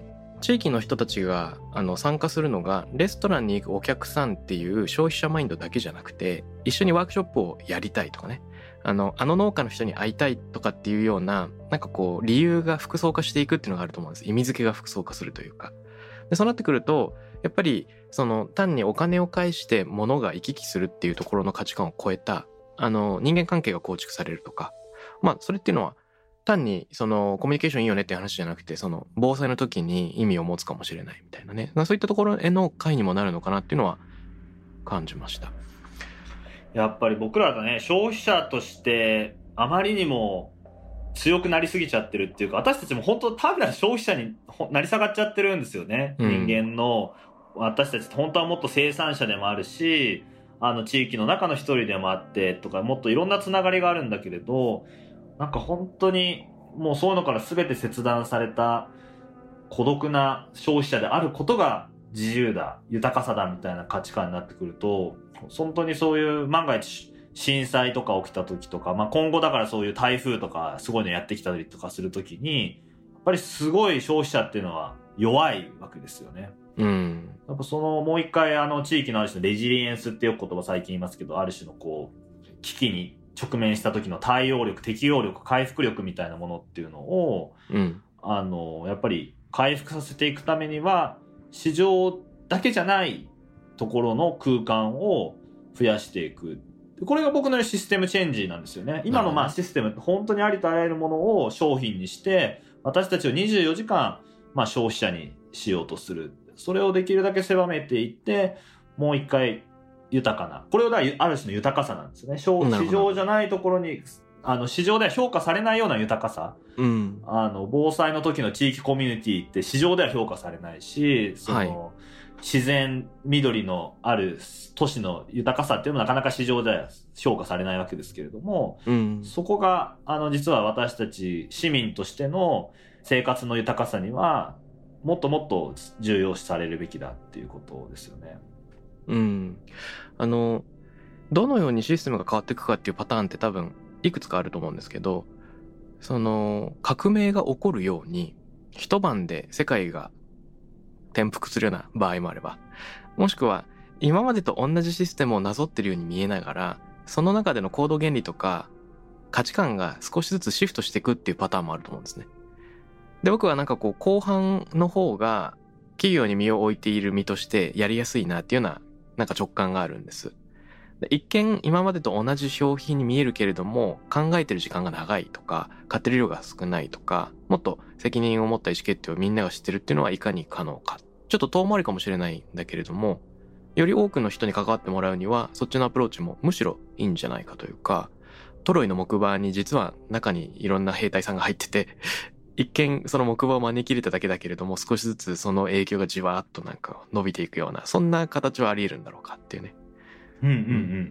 地域の人たちがあの参加するのがレストランに行くお客さんっていう消費者マインドだけじゃなくて、一緒にワークショップをやりたいとかね、あのあの農家の人に会いたいとかっていうような、なんかこう理由が複層化していくっていうのがあると思うんです。意味付けが複層化するというか。でそうなってくると、やっぱりその単にお金を返して物が行き来するっていうところの価値観を超えたあの人間関係が構築されるとか、まあそれっていうのは単にそのコミュニケーションいいよねっていう話じゃなくて、その防災の時に意味を持つかもしれないみたいなね、そういったところへの会にもなるのかなっていうのは感じました。 やっぱり僕らがね、消費者としてあまりにも強くなりすぎちゃってるっていうか、私たちも本当単なる消費者になり下がっちゃってるんですよね、うん、人間の私たちって本当はもっと生産者でもあるし、あの地域の中の一人でもあってとか、もっといろんなつながりがあるんだけれど、なんか本当にもうそういうのから全て切断された孤独な消費者であることが自由だ、豊かさだみたいな価値観になってくると、本当にそういう万が一震災とか起きた時とか、まあ、今後だからそういう台風とかすごいのやってきたりとかする時に、やっぱりすごい消費者っていうのは弱いわけですよね。 うん、 やっぱそのもう一回あの地域のある種のレジリエンスっていう言葉最近言いますけど、ある種のこう危機に直面した時の対応力、適応力、回復力みたいなものっていうのを、うん、あのやっぱり回復させていくためには市場だけじゃないところの空間を増やしていく。これが僕のシステムチェンジなんですよね。今のまあシステムって本当にありとあらゆるものを商品にして私たちをにじゅうよじかんまあ消費者にしようとする。それをできるだけ狭めていってもう一回豊かな、これをある種の豊かさなんですね。市場じゃないところに、あの市場では評価されないような豊かさ、うん、あの防災の時の地域コミュニティって市場では評価されないし、その、はい、自然緑のある都市の豊かさっていうのもなかなか市場では評価されないわけですけれども、うん、そこがあの実は私たち市民としての生活の豊かさにはもっともっと重要視されるべきだっていうことですよね。 うん、あのどのようにシステムが変わっていくかっていうパターンって多分いくつかあると思うんですけど、その革命が起こるように一晩で世界が転覆するような場合もあれば、もしくは今までと同じシステムをなぞってるように見えながら、その中での行動原理とか価値観が少しずつシフトしていくっていうパターンもあると思うんですね。 で僕はなんかこう後半の方が企業に身を置いている身としてやりやすいなっていうようななんか直感があるんです。で一見今までと同じ消費に見えるけれども考えてる時間が長いとか買ってる量が少ないとかもっと責任を持った意思決定をみんなが知ってるっていうのはいかに可能か、ちょっと遠回りかもしれないんだけれども、より多くの人に関わってもらうにはそっちのアプローチもむしろいいんじゃないかというか、トロイの木馬に実は中にいろんな兵隊さんが入ってて一見その木馬を招き入れただけだけれども少しずつその影響がじわーっとなんか伸びていくような、そんな形はあり得るんだろうかっていうね。 うんうんうん、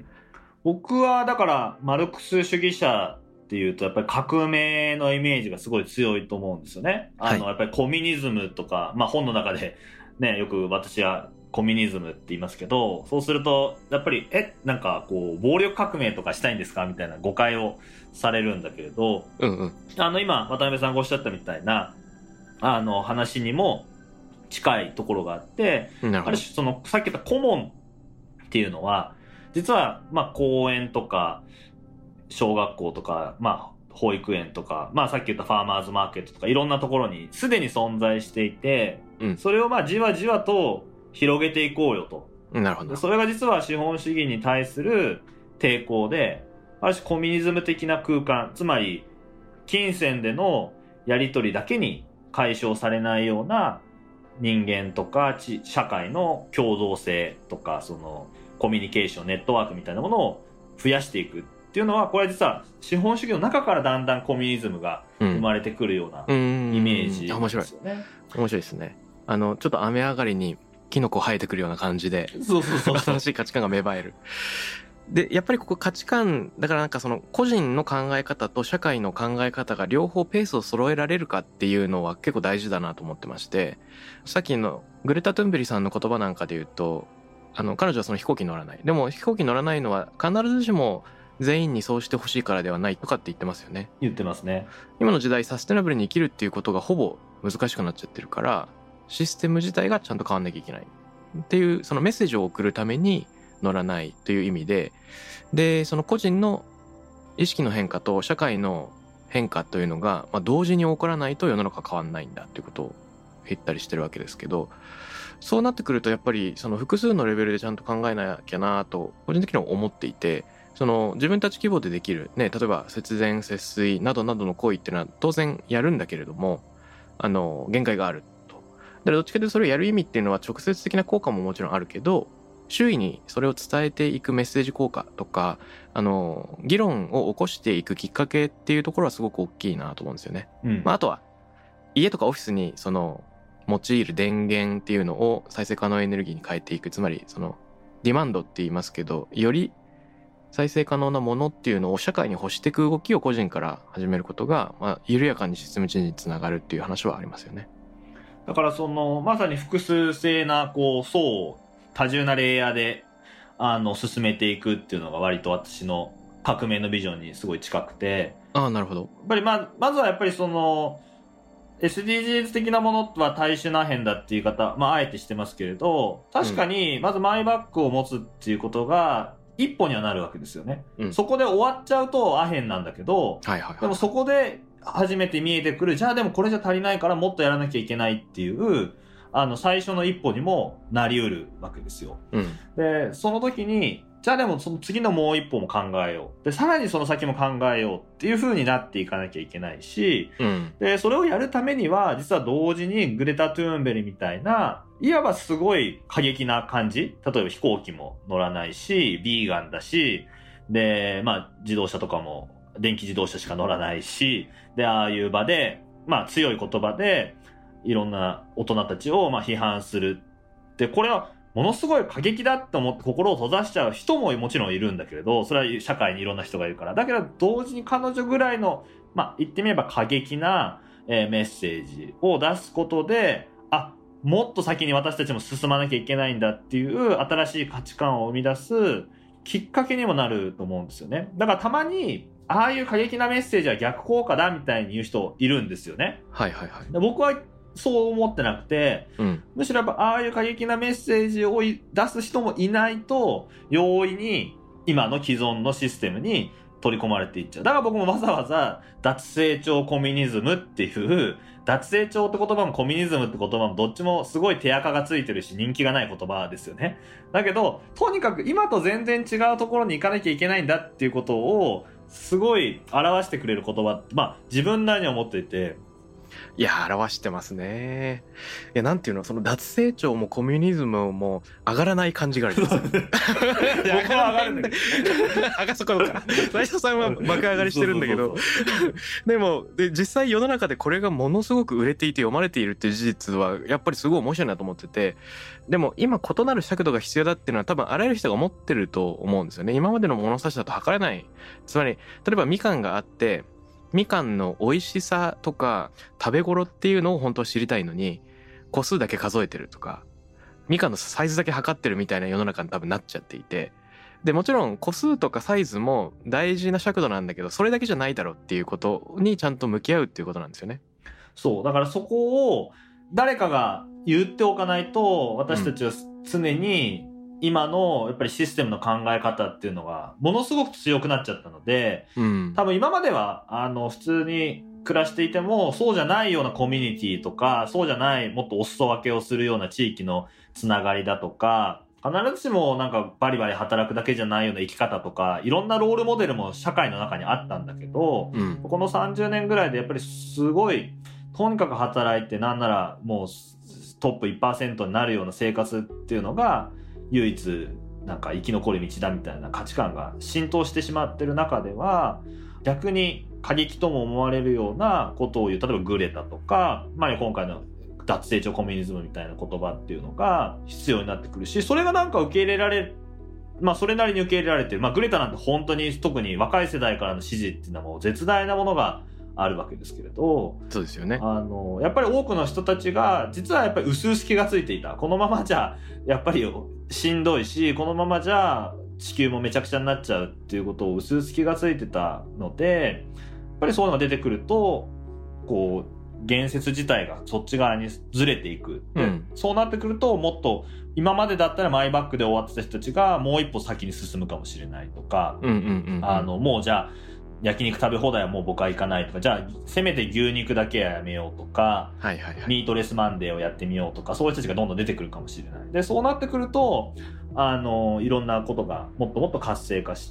僕はだからマルクス主義者っていうとやっぱり革命のイメージがすごい強いと思うんですよね。あの、はい、やっぱりコミュニズムとか、まあ、本の中でねよく私はコミュニズムって言いますけど、そうするとやっぱりえなんかこう暴力革命とかしたいんですかみたいな誤解をされるんだけれど、 うんうん、 あの今渡辺さんがおっしゃったみたいなあの話にも近いところがあって、ある種そのさっき言った顧問っていうのは実はまあ公園とか小学校とかまあ保育園とか、まあ、さっき言ったファーマーズマーケットとかいろんなところにすでに存在していて、うん、それをまあじわじわと広げていこうよと。 なるほど。 それが実は資本主義に対する抵抗で、ある種コミュニズム的な空間、つまり金銭でのやり取りだけに解消されないような人間とか社会の共同性とか、そのコミュニケーションネットワークみたいなものを増やしていくっていうのは、これは実は資本主義の中からだんだんコミュニズムが生まれてくるようなイメージですよね。 面白い。面白いですね。あのちょっと雨上がりにキノコ生えてくるような感じで、 そうそうそうそう新しい価値観が芽生える。でやっぱりここ価値観だから、なんかその個人の考え方と社会の考え方が両方ペースを揃えられるかっていうのは結構大事だなと思ってまして、さっきのグレタ・トゥンベリさんの言葉なんかで言うと、あの彼女はその飛行機に乗らない、でも飛行機に乗らないのは必ずしも全員にそうしてほしいからではないとかって言ってますよね。 言ってますね。 今の時代サステナブルに生きるっていうことがほぼ難しくなっちゃってるから、システム自体がちゃんと変わんなきゃいけないっていう、そのメッセージを送るために乗らないという意味で、でその個人の意識の変化と社会の変化というのが、まあ、同時に起こらないと世の中変わんないんだっていうことを言ったりしてるわけですけど、そうなってくるとやっぱりその複数のレベルでちゃんと考えなきゃなと個人的には思っていて、その自分たち規模でできるね、例えば節電節水などなどの行為っていうのは当然やるんだけれども、あの限界があると。だからどっちかというとそれをやる意味っていうのは直接的な効果ももちろんあるけど、周囲にそれを伝えていくメッセージ効果とか、あの議論を起こしていくきっかけっていうところはすごく大きいなと思うんですよね。うん、まあ、あとは家とかオフィスにその用いる電源っていうのを再生可能エネルギーに変えていく、つまりそのディマンドって言いますけど、より再生可能なものっていうのを社会に欲していく動きを個人から始めることが、まあ、緩やかにシステムチェンジにつながるっていう話はありますよね。 だからそのまさに複数性なこう層を多重なレイヤーであの進めていくっていうのが割と私の革命のビジョンにすごい近くて、 ああなるほど。 やっぱり ま, まずはやっぱりその エスディージーズ 的なものは大衆な変だっていう言い方、まあ、あえてしてますけれど、確かにまずマイバッグを持つっていうことが一歩にはなるわけですよね、うん、そこで終わっちゃうとアヘンなんだけど、はいはいはい、でもそこで初めて見えてくる、じゃあでもこれじゃ足りないからもっとやらなきゃいけないっていうあの最初の一歩にもなりうるわけですよ、うん、でその時にじゃあでもその次のもう一歩も考えよう、でさらにその先も考えようっていう風になっていかなきゃいけないし、うん、でそれをやるためには実は同時にグレタ・トゥーンベリみたいないわばすごい過激な感じ、例えば飛行機も乗らないしビーガンだし、でまあ自動車とかも電気自動車しか乗らないし、でああいう場でまあ強い言葉でいろんな大人たちをまあ批判するって、これはものすごい過激だと思って心を閉ざしちゃう人ももちろんいるんだけれど、それは社会にいろんな人がいるから。だけど同時に彼女ぐらいのまあ言ってみれば過激な、えー、メッセージを出すことで、あ、もっと先に私たちも進まなきゃいけないんだっていう新しい価値観を生み出すきっかけにもなると思うんですよね。だからたまにああいう過激なメッセージは逆効果だみたいに言う人いるんですよね。 はいはいはい。 僕はそう思ってなくて、うん、むしろやっぱああいう過激なメッセージを出す人もいないと容易に今の既存のシステムに取り込まれていっちゃう。だから僕もわざわざ脱成長コミュニズムっていう脱成長って言葉もコミュニズムって言葉もどっちもすごい手垢がついてるし人気がない言葉ですよね。だけどとにかく今と全然違うところに行かなきゃいけないんだっていうことをすごい表してくれる言葉って、まあ自分なりに思っていて、 いや表してますね。いやなんていうの、その脱成長もコミュニズムも上がらない感じがあるんですよ。 僕は上がるんだけど上がそこか内藤さんは爆上がりしてるんだけどでもで実際世の中でこれがものすごく売れていて読まれているっていう事実はやっぱりすごい面白いなと思ってて、でも今異なる尺度が必要だっていうのは多分あらゆる人が思ってると思うんですよね。今までの物差しだと測れない。つまり例えばみかんがあってみかんの美味しさとか食べ頃っていうのを本当は知りたいのに個数だけ数えてるとかみかんのサイズだけ測ってるみたいな世の中に多分なっちゃっていて、でもちろん個数とかサイズも大事な尺度なんだけどそれだけじゃないだろうっていうことにちゃんと向き合うっていうことなんですよね。 そうだからそこを誰かが言っておかないと私たちは常に今のやっぱりシステムの考え方っていうのがものすごく強くなっちゃったので、うん、多分今まではあの普通に暮らしていてもそうじゃないようなコミュニティとかそうじゃないもっとお裾分けをするような地域のつながりだとか必ずしもなんかバリバリ働くだけじゃないような生き方とかいろんなロールモデルも社会の中にあったんだけど、うん、このさんじゅうねんぐらいでやっぱりすごいとにかく働いてなんならもうトップ いちパーセント になるような生活っていうのが唯一なんか生き残る道だみたいな価値観が浸透してしまってる中では逆に過激とも思われるようなことを言う例えばグレタとか、まあ、今回の脱成長コミュニズムみたいな言葉っていうのが必要になってくるし、それがなんか受け入れられる、まあそれなりに受け入れられてる、まあグレタなんて本当に特に若い世代からの支持っていうのはもう絶大なものがあるわけですけれど、 そうですよね。 あのやっぱり多くの人たちが実はやっぱり薄々気がついていた。このままじゃやっぱりしんどいし、このままじゃ地球もめちゃくちゃになっちゃうっていうことを薄々気がついてたので、やっぱりそういうのが出てくるとこう言説自体がそっち側にずれていく、うん、そうなってくるともっと今までだったらマイバッグで終わってた人たちがもう一歩先に進むかもしれないとか、 うんうんうんうん、 あのもうじゃあ焼肉食べ放題はもう僕は行かないとか、じゃあせめて牛肉だけはやめようとか、 はいはいはい、 ミートレスマンデーをやってみようとか、そういう人たちがどんどん出てくるかもしれない。でそうなってくるとあのいろんなことがもっともっと活性化して、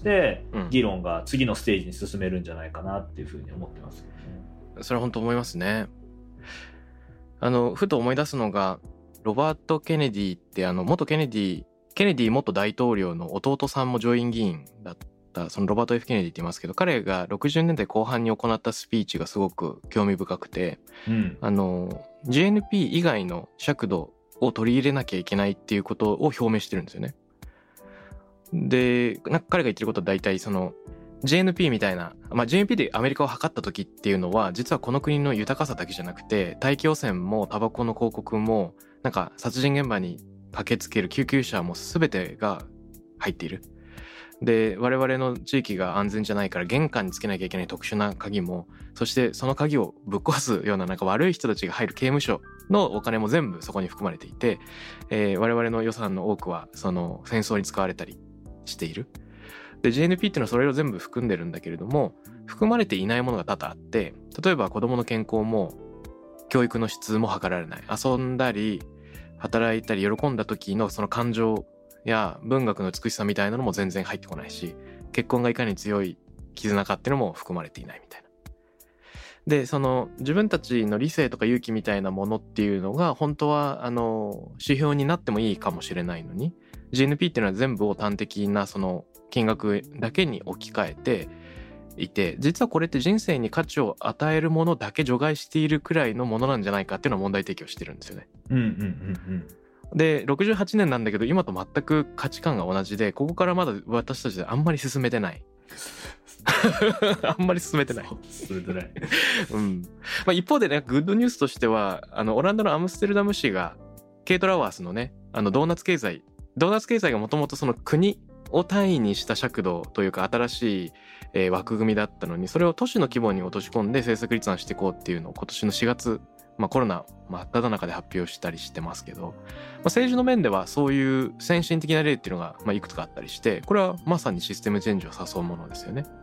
うん、議論が次のステージに進めるんじゃないかなっていうふうに思ってますよね。 それは本当思いますね。あのふと思い出すのがロバート・ケネディってあの元ケネディケネディ元大統領の弟さんも上院議員だったそのロバート・ F ・ケネディって言いますけど、彼がろくじゅうねんだいこう半に行ったスピーチがすごく興味深くて、うん、あの ジェーエヌピー 以外の尺度を取り入れなきゃいけないっていうことを表明してるんですよね。でなんか彼が言ってることは大体その ジェーエヌピー みたいな、まあ、ジェーエヌピー でアメリカを測った時っていうのは実はこの国の豊かさだけじゃなくて大気汚染もタバコの広告もなんか殺人現場に駆けつける救急車も全てが入っている。で我々の地域が安全じゃないから玄関につけなきゃいけない特殊な鍵も、そしてその鍵をぶっ壊すようななんか悪い人たちが入る刑務所のお金も全部そこに含まれていて、えー、我々の予算の多くはその戦争に使われたりしている。で ジェーエヌピー っていうのはそれを全部含んでるんだけれども、含まれていないものが多々あって、例えば子どもの健康も教育の質も測られない。遊んだり働いたり喜んだ時のその感情や文学の美しさみたいなのも全然入ってこないし、結婚がいかに強い絆かっていうのも含まれていないみたいな。でその自分たちの理性とか勇気みたいなものっていうのが本当はあの指標になってもいいかもしれないのに、 ジーエヌピー っていうのは全部を端的なその金額だけに置き換えていて、実はこれって人生に価値を与えるものだけ除外しているくらいのものなんじゃないかっていうのを問題提起をしてるんですよね。 うんうんうんうんでろくじゅうはちねんなんだけど今と全く価値観が同じで、ここからまだ私たちであんまり進めてないあんまり進めてない進めてない、 うんまあ、一方でねグッドニュースとしてはあのオランダのアムステルダム市がケイト・ラワースのねあのドーナツ経済ドーナツ経済がもともとその国を単位にした尺度というか新しい、えー、枠組みだったのに、それを都市の規模に落とし込んで政策立案していこうっていうのを今年のしがつ、まあ、コロナ真っ只中で発表したりしてますけど、まあ、政治の面ではそういう先進的な例っていうのが、まあ、いくつかあったりして、これはまさにシステムチェンジを誘うものですよね。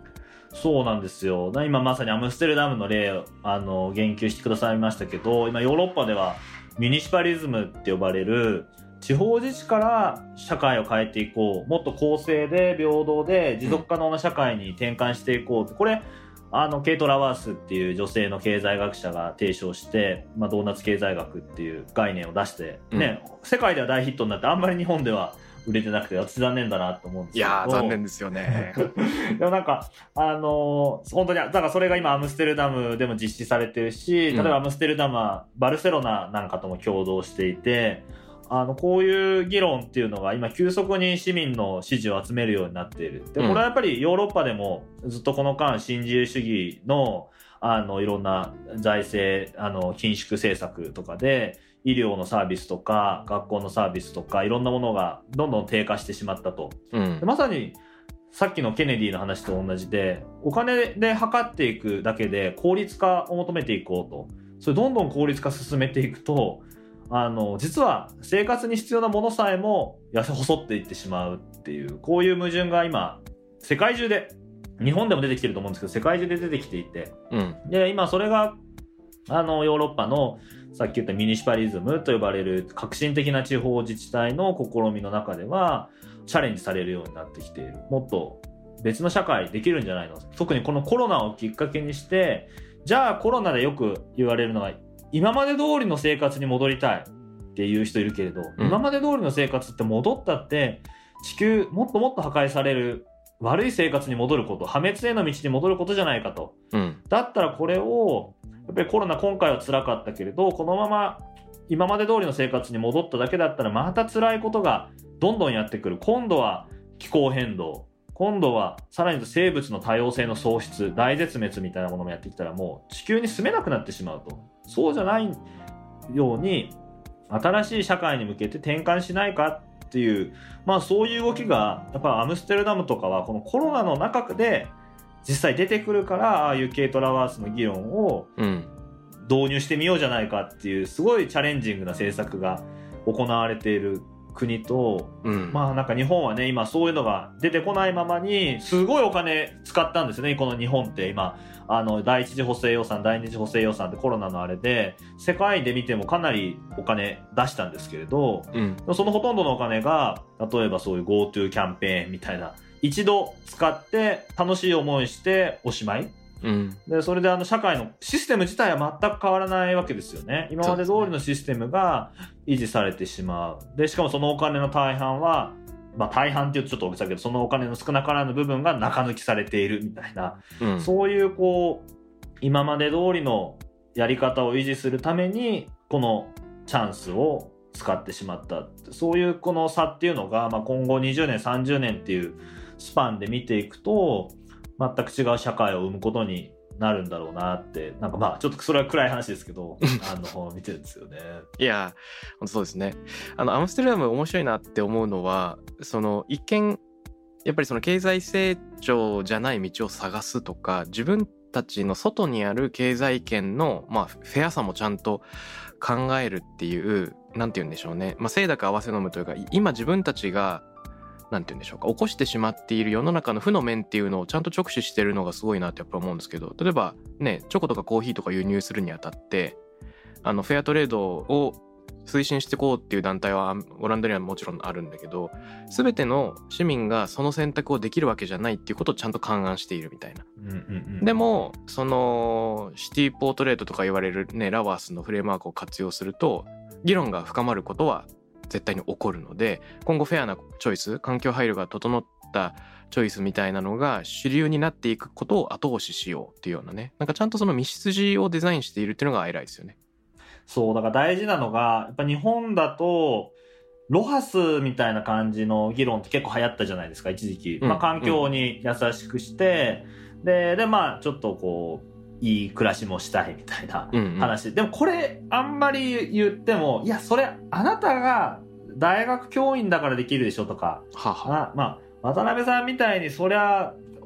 そうなんですよ。今まさにアムステルダムの例をあの言及してくださいましたけど、今ヨーロッパではミュニシパリズムって呼ばれる地方自治から社会を変えていこう、もっと公正で平等で持続可能な社会に転換していこうって、これあのケイト・ラワースっていう女性の経済学者が提唱して、まあ、ドーナツ経済学っていう概念を出して、ね、うん、世界では大ヒットになって、あんまり日本では売れてなくて、私残念だなと思うんですけど。 いやー残念ですよねでもなんかあのー、本当にだからそれが今アムステルダムでも実施されてるし、例えばアムステルダムはバルセロナなんかとも共同していて、あのこういう議論っていうのが今急速に市民の支持を集めるようになっている。でこれはやっぱりヨーロッパでもずっとこの間新自由主義のあのいろんな財政あの緊縮政策とかで医療のサービスとか学校のサービスとかいろんなものがどんどん低下してしまったと、うん、でまさにさっきのケネディの話と同じで、お金で測っていくだけで効率化を求めていこうと、それどんどん効率化進めていくと、あの実は生活に必要なものさえも痩せ細っていってしまうっていう、こういう矛盾が今世界中で、日本でも出てきてると思うんですけど世界中で出てきていて、うん、で今それがあのヨーロッパのさっき言ったミニシパリズムと呼ばれる革新的な地方自治体の試みの中ではチャレンジされるようになってきている。もっと別の社会できるんじゃないの。特にこのコロナをきっかけにして、じゃあコロナでよく言われるのは今まで通りの生活に戻りたいっていう人いるけれど、うん、今まで通りの生活って戻ったって地球もっともっと破壊される悪い生活に戻ること、破滅への道に戻ることじゃないかと、うん、だったらこれをやっぱりコロナ今回は辛かったけれど、このまま今まで通りの生活に戻っただけだったらまた辛いことがどんどんやってくる。今度は気候変動、今度はさらに生物の多様性の喪失、大絶滅みたいなものもやってきたらもう地球に住めなくなってしまうと。そうじゃないように新しい社会に向けて転換しないかっていう、まあそういう動きがやっぱアムステルダムとかはこのコロナの中で実際出てくるから、ああいうケイト・ラワースの議論を導入してみようじゃないかっていうすごいチャレンジングな政策が行われている国と、うん、まあなんか日本はね今そういうのが出てこないままにすごいお金使ったんですね。この日本って今あの第一次補正予算第二次補正予算ってコロナのあれで世界で見てもかなりお金出したんですけれど、うん、そのほとんどのお金が例えばそういう GoTo キャンペーンみたいな一度使って楽しい思いしておしまい、うん、でそれであの社会のシステム自体は全く変わらないわけですよね。今まで通りのシステムが維持されてしまう。でしかもそのお金の大半は、まあ、大半って言うとちょっと大げさだけどそのお金の少なからぬ部分が中抜きされているみたいな、うん、そういうこう今まで通りのやり方を維持するためにこのチャンスを使ってしまった。そういうこの差っていうのが、まあ、今後にじゅうねんさんじゅうねんっていうスパンで見ていくと全く違う社会を生むことになるんだろうなって、なんかまあちょっとそれは暗い話ですけどあの見てるんですよね。 いや本当そうですね。あのアムステルダム面白いなって思うのは、その一見やっぱりその経済成長じゃない道を探すとか、自分たちの外にある経済圏の、まあ、フェアさもちゃんと考えるっていう、なんて言うんでしょうね、まあ、清濁合わせ飲むというか、今自分たちがなんて言うんでしょうか、起こしてしまっている世の中の負の面っていうのをちゃんと直視してるのがすごいなってやっぱ思うんですけど、例えばねチョコとかコーヒーとか輸入するにあたってあのフェアトレードを推進していこうっていう団体はオランダにはもちろんあるんだけど、全ての市民がその選択をできるわけじゃないっていうことをちゃんと勘案しているみたいな、うんうんうん、でもそのシティポートレートとか言われるねラワースのフレームワークを活用すると議論が深まることは絶対に起こるので、今後フェアなチョイス、環境配慮が整ったチョイスみたいなのが主流になっていくことを後押ししようっていうようなね、なんかちゃんとその道筋をデザインしているっていうのが偉いですよね。 そうだから大事なのがやっぱ日本だとロハスみたいな感じの議論って結構流行ったじゃないですか一時期、うんまあ、環境に優しくして、うん、ででまあちょっとこういい暮らしもしたいみたいな話、うんうん、でもこれあんまり言ってもいやそれあなたが大学教員だからできるでしょとか、ははあまあ渡辺さんみたいにそりゃ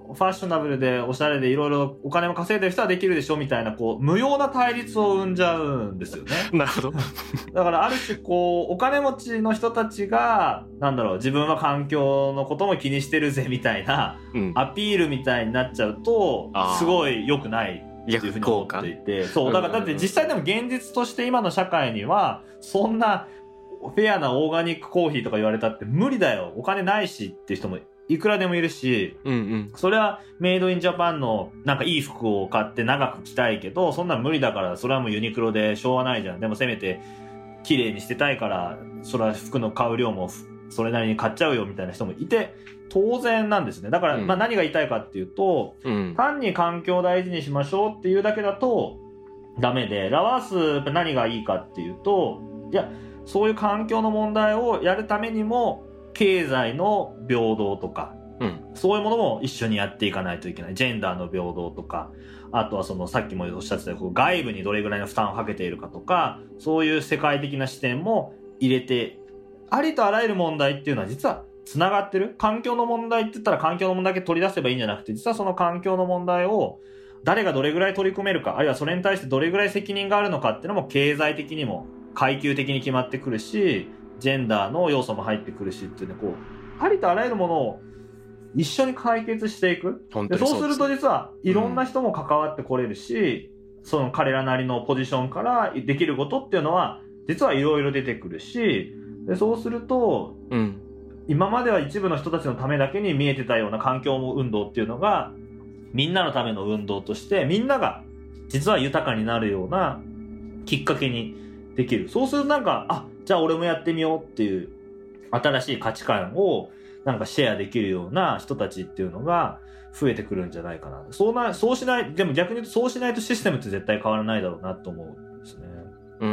ファッショナブルでおしゃれでいろいろお金も稼いでる人はできるでしょみたいなこう無用な対立を生んじゃうんですよね。 なるほど。 だからある種こうお金持ちの人たちがなんだろう自分は環境のことも気にしてるぜみたいなアピールみたいになっちゃうとすごい良くないっていうふうに思っていて、そうだからだって実際でも現実として今の社会にはそんなフェアなオーガニックコーヒーとか言われたって無理だよお金ないしっていう人もいくらでもいるし、 うんうん、 それはメイドインジャパンのなんかいい服を買って長く着たいけどそんな無理だからそれはもうユニクロでしょうがないじゃん。でもせめて綺麗にしてたいからそれは服の買う量もそれなりに買っちゃうよみたいな人もいて当然なんですね。だから、まあ何が言いたいかっていうと、うん、単に環境を大事にしましょうっていうだけだとダメで、ラワース何がいいかっていうと、いやそういう環境の問題をやるためにも経済の平等とか、うん、そういうものも一緒にやっていかないといけない。ジェンダーの平等とか、あとはそのさっきもおっしゃってたように外部にどれぐらいの負担をかけているかとか、そういう世界的な視点も入れて、ありとあらゆる問題っていうのは実はつながってる。環境の問題って言ったら環境の問題だけ取り出せばいいんじゃなくて、実はその環境の問題を誰がどれぐらい取り組めるか、あるいはそれに対してどれぐらい責任があるのかっていうのも経済的にも階級的に決まってくるし、ジェンダーの要素も入ってくるしっていうね、こうありとあらゆるものを一緒に解決していく。そうですね。そうすると実はいろんな人も関わってこれるし、うん、その彼らなりのポジションからできることっていうのは実はいろいろ出てくるし、でそうすると、うん、今までは一部の人たちのためだけに見えてたような環境運動っていうのがみんなのための運動としてみんなが実は豊かになるようなきっかけにできる。そうするとなんか、あ、じゃあ俺もやってみようっていう新しい価値観をなんかシェアできるような人たちっていうのが増えてくるんじゃないかな。そうな、そうしない、でも逆に言うとそうしないとシステムって絶対変わらないだろうなと思うんですね。 うん。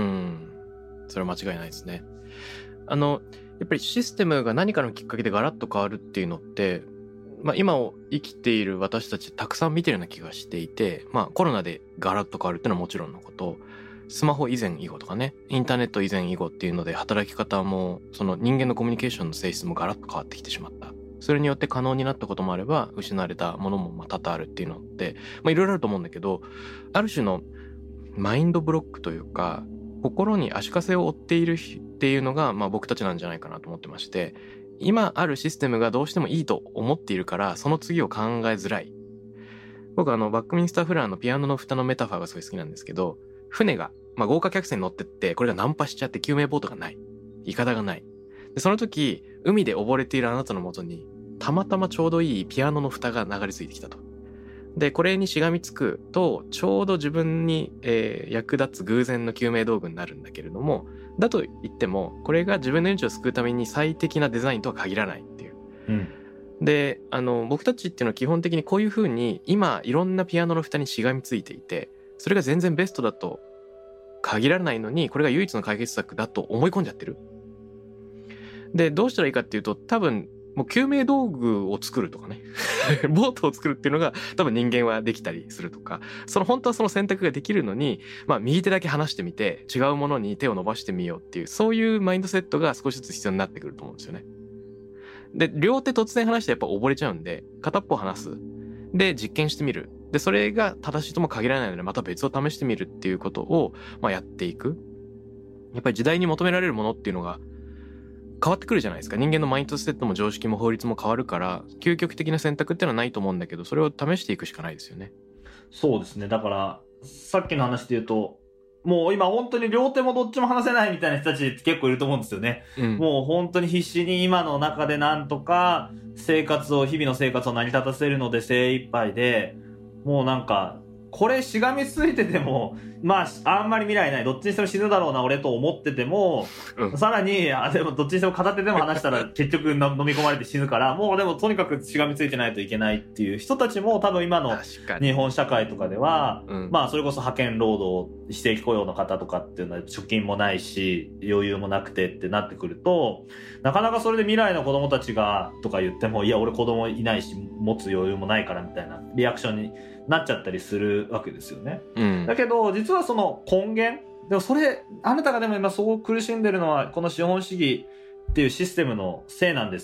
それは間違いないですね。あの、やっぱりシステムが何かのきっかけでガラッと変わるっていうのって、まあ今を生きている私たちたくさん見てるような気がしていて、まあコロナでガラッと変わるっていうのはもちろんのこと、スマホ以前以後とかね、インターネット以前以後っていうので働き方もその人間のコミュニケーションの性質もガラッと変わってきてしまった。それによって可能になったこともあれば失われたものもまあ多々あるっていうのってまあいろいろあると思うんだけど、ある種のマインドブロックというか心に足かせを負っているっていうのがまあ僕たちなんじゃないかなと思ってまして、今あるシステムがどうしてもいいと思っているからその次を考えづらい。僕あのバックミンスターフラーのピアノの蓋のメタファーがすごい好きなんですけど、船がまあ、豪華客船に乗ってって、これが難破しちゃって救命ボートがない。イカダがない。で、その時、海で溺れているあなたのもとに、たまたまちょうどいいピアノの蓋が流れ着いてきたと。で、これにしがみつくと、ちょうど自分に、えー、役立つ偶然の救命道具になるんだけれども、だと言っても、これが自分の命を救うために最適なデザインとは限らないっていう。うん、で、あの、僕たちっていうのは基本的にこういう風に、今、いろんなピアノの蓋にしがみついていて、それが全然ベストだと、限らないのにこれが唯一の解決策だと思い込んじゃってる。でどうしたらいいかっていうと、多分もう救命道具を作るとかねボートを作るっていうのが多分人間はできたりするとか、その本当はその選択ができるのに、まあ右手だけ離してみて違うものに手を伸ばしてみようっていう、そういうマインドセットが少しずつ必要になってくると思うんですよね。で両手突然離してやっぱ溺れちゃうんで、片っぽ離すで実験してみる。で、それが正しいとも限らないので、また別を試してみるっていうことを、まあ、やっていく。やっぱり時代に求められるものっていうのが変わってくるじゃないですか。人間のマインドセットも常識も法律も変わるから、究極的な選択っていうのはないと思うんだけど、それを試していくしかないですよね。 そうですね。だから、さっきの話で言うと、もう今本当に両手もどっちも離せないみたいな人たちって結構いると思うんですよね。うん、もう本当に必死に今の中でなんとか生活を、日々の生活を成り立たせるので精一杯で、もうなんかこれしがみついててもまああんまり未来ない、どっちにしても死ぬだろうな俺と思ってても、うん、さらにあでもどっちにしても片手でも離したら結局飲み込まれて死ぬから、もうでもとにかくしがみついてないといけないっていう人たちも多分今の日本社会とかでは、うん、まあそれこそ派遣労働非正規雇用の方とかっていうのは貯金もないし余裕もなくてってなってくると、なかなかそれで未来の子供たちがとか言っても、いや俺子供いないし持つ余裕もないからみたいなリアクションになっちゃったりするわけですよね、うん、だけど実はその根源でもそれあなたがでも今そう苦しんでるのはこの資本主義っていうシステムのせいなんですっ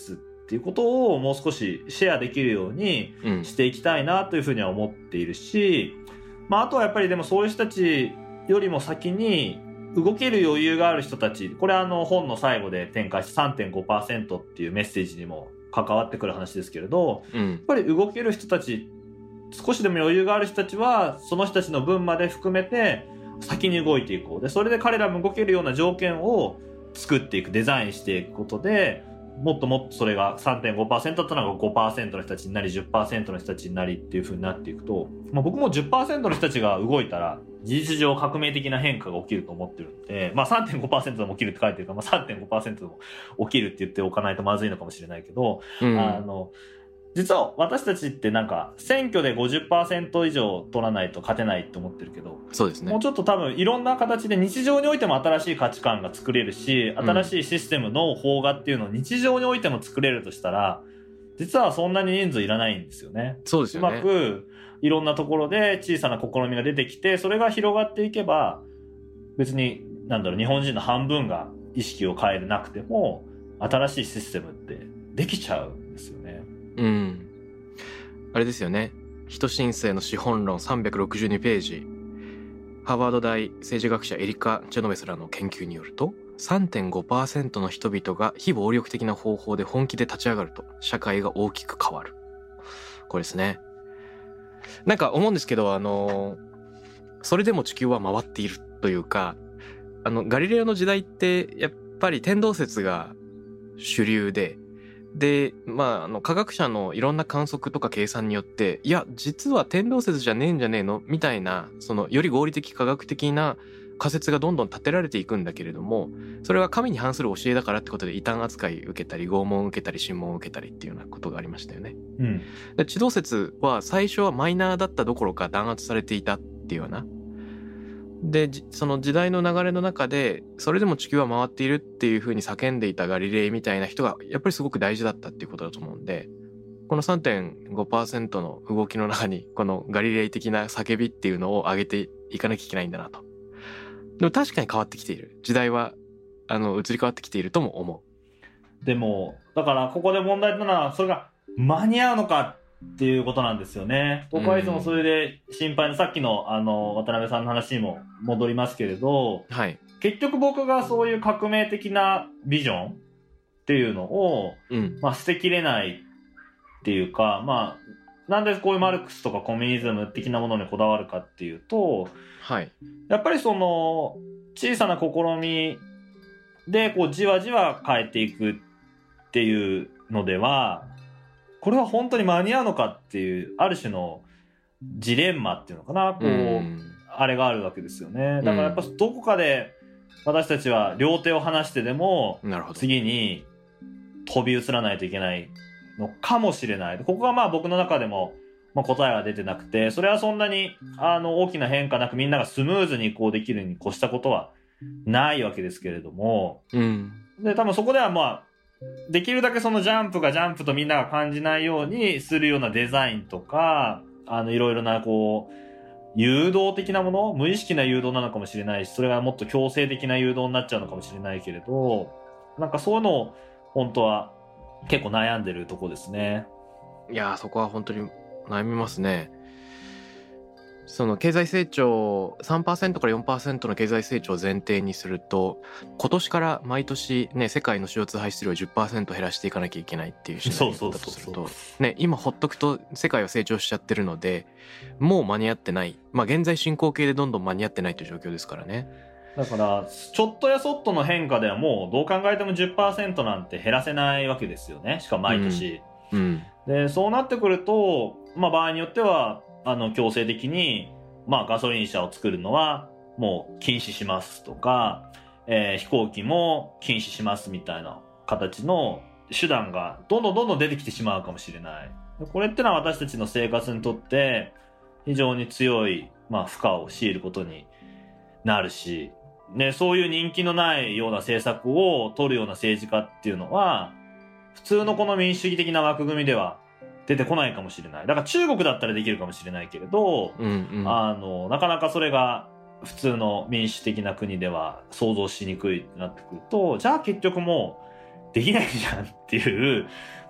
っていうことをもう少しシェアできるようにしていきたいなというふうには思っているし、まあ、あとはやっぱりでもそういう人たちよりも先に動ける余裕がある人たち、これはあの本の最後で展開した さんてんごパーセント っていうメッセージにも関わってくる話ですけれど、うん、やっぱり動ける人たち、少しでも余裕がある人たちはその人たちの分まで含めて先に動いていこう。でそれで彼らも動けるような条件を作っていく、デザインしていくことで、もっともっとそれが さんてんごパーセント だったのが ごパーセント の人たちになり じゅっパーセント の人たちになりっていう風になっていくと、まあ、僕も じゅっパーセント の人たちが動いたら事実上革命的な変化が起きると思ってるので、まあ さんてんごパーセント でも起きるって書いてるから、まあ、さんてんごパーセント でも起きるって言っておかないとまずいのかもしれないけど、うん、あの実は私たちってなんか選挙で ごじゅっパーセント 以上取らないと勝てないって思ってるけど、 そうですね、 もうちょっと多分いろんな形で日常においても新しい価値観が作れるし、新しいシステムの法画っていうのを日常においても作れるとしたら、実はそんなに人数いらないんですよね。 そうですよね。 うまくいろんなところで小さな試みが出てきて、それが広がっていけば、別になんだろう、日本人の半分が意識を変えなくても新しいシステムってできちゃうんですよね。 うん、あれですよね、人申請の資本論さんびゃくろくじゅうにページ、ハーバード大政治学者エリカ・ジェノベスらの研究によると さんてんごパーセント の人々が非暴力的な方法で本気で立ち上がると社会が大きく変わる。これですね。なんか思うんですけど、あのそれでも地球は回っているというか、あのガリレオの時代ってやっぱり天動説が主流で、で、まあ、あの科学者のいろんな観測とか計算によって、いや実は天動説じゃねえんじゃねえのみたいな、そのより合理的科学的な仮説がどんどん立てられていくんだけれども、それは神に反する教えだからってことで異端扱い受けたり、拷問を受けたり、審問を受けたりっていうようなことがありましたよね。 うん、 で地動説は最初はマイナーだったどころか弾圧されていたっていうような。でその時代の流れの中でそれでも地球は回っているっていう風に叫んでいたガリレイみたいな人がやっぱりすごく大事だったっていうことだと思うんで、この さんてんごパーセント の動きの中にこのガリレイ的な叫びっていうのを上げていかなきゃいけないんだなと。でも確かに変わってきている、時代はあの移り変わってきているとも思う。でもだからここで問題なのは、それが間に合うのかっていうことなんですよね。僕はいつもそれで心配な、さっきのあの渡辺さんの話にも戻りますけれど、 はい、 結局僕がそういう革命的なビジョンっていうのを、うんまあ、捨てきれないっていうか、まあ、なんでこういうマルクスとかコミュニズム的なものにこだわるかっていうと、 はい、 やっぱりその小さな試みでこうじわじわ変えていくっていうのでは、これは本当に間に合うのかっていうある種のジレンマっていうのかな、こう、うん、あれがあるわけですよね。だからやっぱどこかで私たちは両手を離してでも次に飛び移らないといけないのかもしれない。ここがまあ僕の中でもまあ答えが出てなくて、それはそんなにあの大きな変化なくみんながスムーズにこうできるに越したことはないわけですけれども、 うん、 で多分そこではまあできるだけそのジャンプがジャンプとみんなが感じないようにするようなデザインとか、あのいろいろなこう誘導的なもの、無意識な誘導なのかもしれないし、それがもっと強制的な誘導になっちゃうのかもしれないけれど、なんかそういうのを本当は結構悩んでるとこですね。 いやー、そこは本当に悩みますね。その経済成長 さんパーセント から よんパーセント の経済成長を前提にすると、今年から毎年ね、世界の シーオーツー 排出量を じゅっパーセント 減らしていかなきゃいけないっていうシナリオだとするとね、今ほっとくと世界は成長しちゃってるので、もう間に合ってない、まあ現在進行形でどんどん間に合ってないという状況ですからね。 だからちょっとやそっとの変化ではもうどう考えても じゅっパーセント なんて減らせないわけですよね。しかも毎年、 うんうん、 でそうなってくると、まあ、場合によってはあの強制的に、まあ、ガソリン車を作るのはもう禁止しますとか、えー、飛行機も禁止しますみたいな形の手段がどんどんどんどん出てきてしまうかもしれない。これってのは私たちの生活にとって非常に強い、まあ、負荷を強いることになるし、ね、そういう人気のないような政策を取るような政治家っていうのは普通のこの民主主義的な枠組みでは出てこないかもしれない。だから中国だったらできるかもしれないけれど、 うんうん、 あのなかなかそれが普通の民主的な国では想像しにくいってなってくると、じゃあ結局もうできないじゃんっていう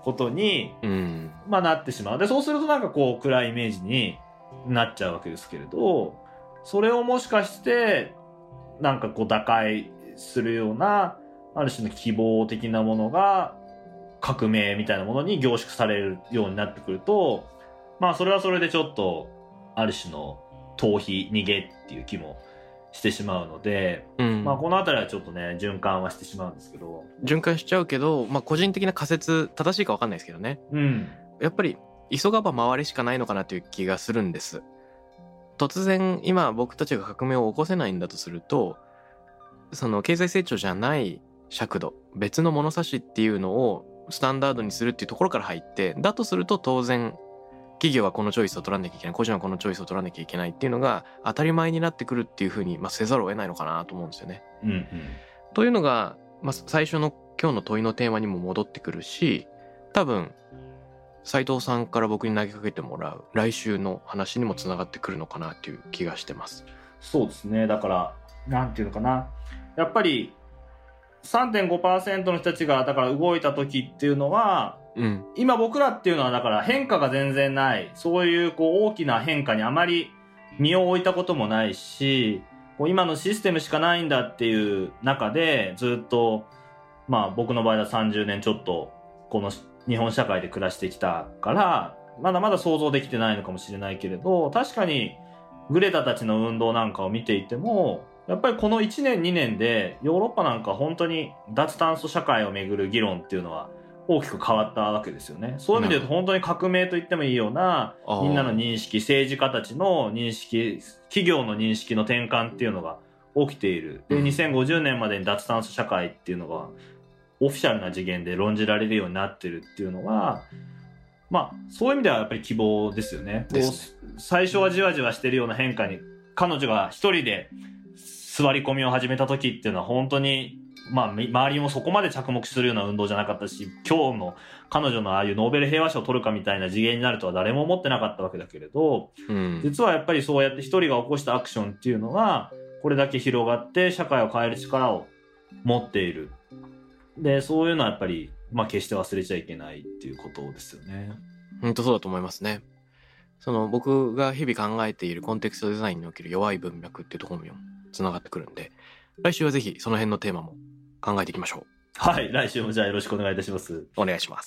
ことに、 うんまあ、なってしまう。でそうするとなんかこう暗いイメージになっちゃうわけですけれど、それをもしかしてなんかこう打開するようなある種の希望的なものが革命みたいなものに凝縮されるようになってくると、まあそれはそれでちょっとある種の逃避逃げっていう気もしてしまうので、 うんまあこのあたりはちょっとね循環はしてしまうんですけど、 循環しちゃうけど、まあ、個人的な仮説正しいか分かんないですけどね、 うんやっぱり急がば回れしかないのかなという気がするんです。突然今僕たちが革命を起こせないんだとすると、その経済成長じゃない尺度、別の物差しっていうのをスタンダードにするっていうところから入って、だとすると当然企業はこのチョイスを取らなきゃいけない、個人はこのチョイスを取らなきゃいけないっていうのが当たり前になってくるっていうふうに、まあ、せざるを得ないのかなと思うんですよね。 うんうんというのが、まあ、最初の今日の問いのテーマにも戻ってくるし、多分斉藤さんから僕に投げかけてもらう来週の話にもつながってくるのかなという気がしてます。 そうですね。だからなんていうのかな、やっぱり さんてんごパーセント の人たちがだから動いた時っていうのは、 うん、 今僕らっていうのはだから変化が全然ない、そういうこう大きな変化にあまり身を置いたこともないし、こう今のシステムしかないんだっていう中でずっと、まあ僕の場合はさんじゅうねんちょっとこの日本社会で暮らしてきたから、まだまだ想像できてないのかもしれないけれど、確かにグレタたちの運動なんかを見ていても、やっぱりこのいちねんにねんでヨーロッパなんか本当に脱炭素社会をめぐる議論っていうのは大きく変わったわけですよね。そういう意味で言うと本当に革命と言ってもいいような、みんなの認識、政治家たちの認識、企業の認識の転換っていうのが起きている。で、にせんごじゅうねんまでに脱炭素社会っていうのがオフィシャルな次元で論じられるようになってるっていうのは、まあそういう意味ではやっぱり希望ですよね。 ですね。 最初はじわじわしてるような変化に彼女が一人で座り込みを始めた時っていうのは本当に、まあ周りもそこまで着目するような運動じゃなかったし、今日の彼女のああいうノーベル平和賞を取るかみたいな次元になるとは誰も思ってなかったわけだけれど、 うん、 実はやっぱりそうやって一人が起こしたアクションっていうのはこれだけ広がって社会を変える力を持っている。でそういうのはやっぱり、まあ、決して忘れちゃいけないっていうことですよね。 本当そうだと思いますね。その僕が日々考えているコンテクストデザインにおける弱い文脈っていうところにもつながってくるんで、来週はぜひその辺のテーマも考えていきましょう。 はい、来週もじゃあよろしくお願いいたします。 お願いします。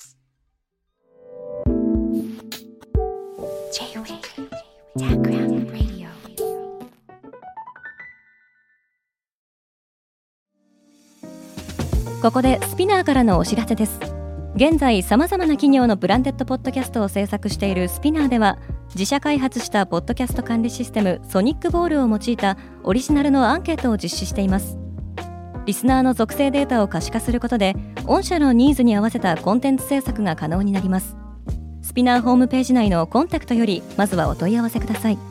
J-Wave Background Radio。 ここでスピナーからのお知らせです。現在さまざまな企業のブランデッドポッドキャストを制作しているスピナーでは、自社開発したポッドキャスト管理システムソニックボールを用いたオリジナルのアンケートを実施しています。リスナーの属性データを可視化することで、御社のニーズに合わせたコンテンツ制作が可能になります。スピナーホームページ内のコンタクトよりまずはお問い合わせください。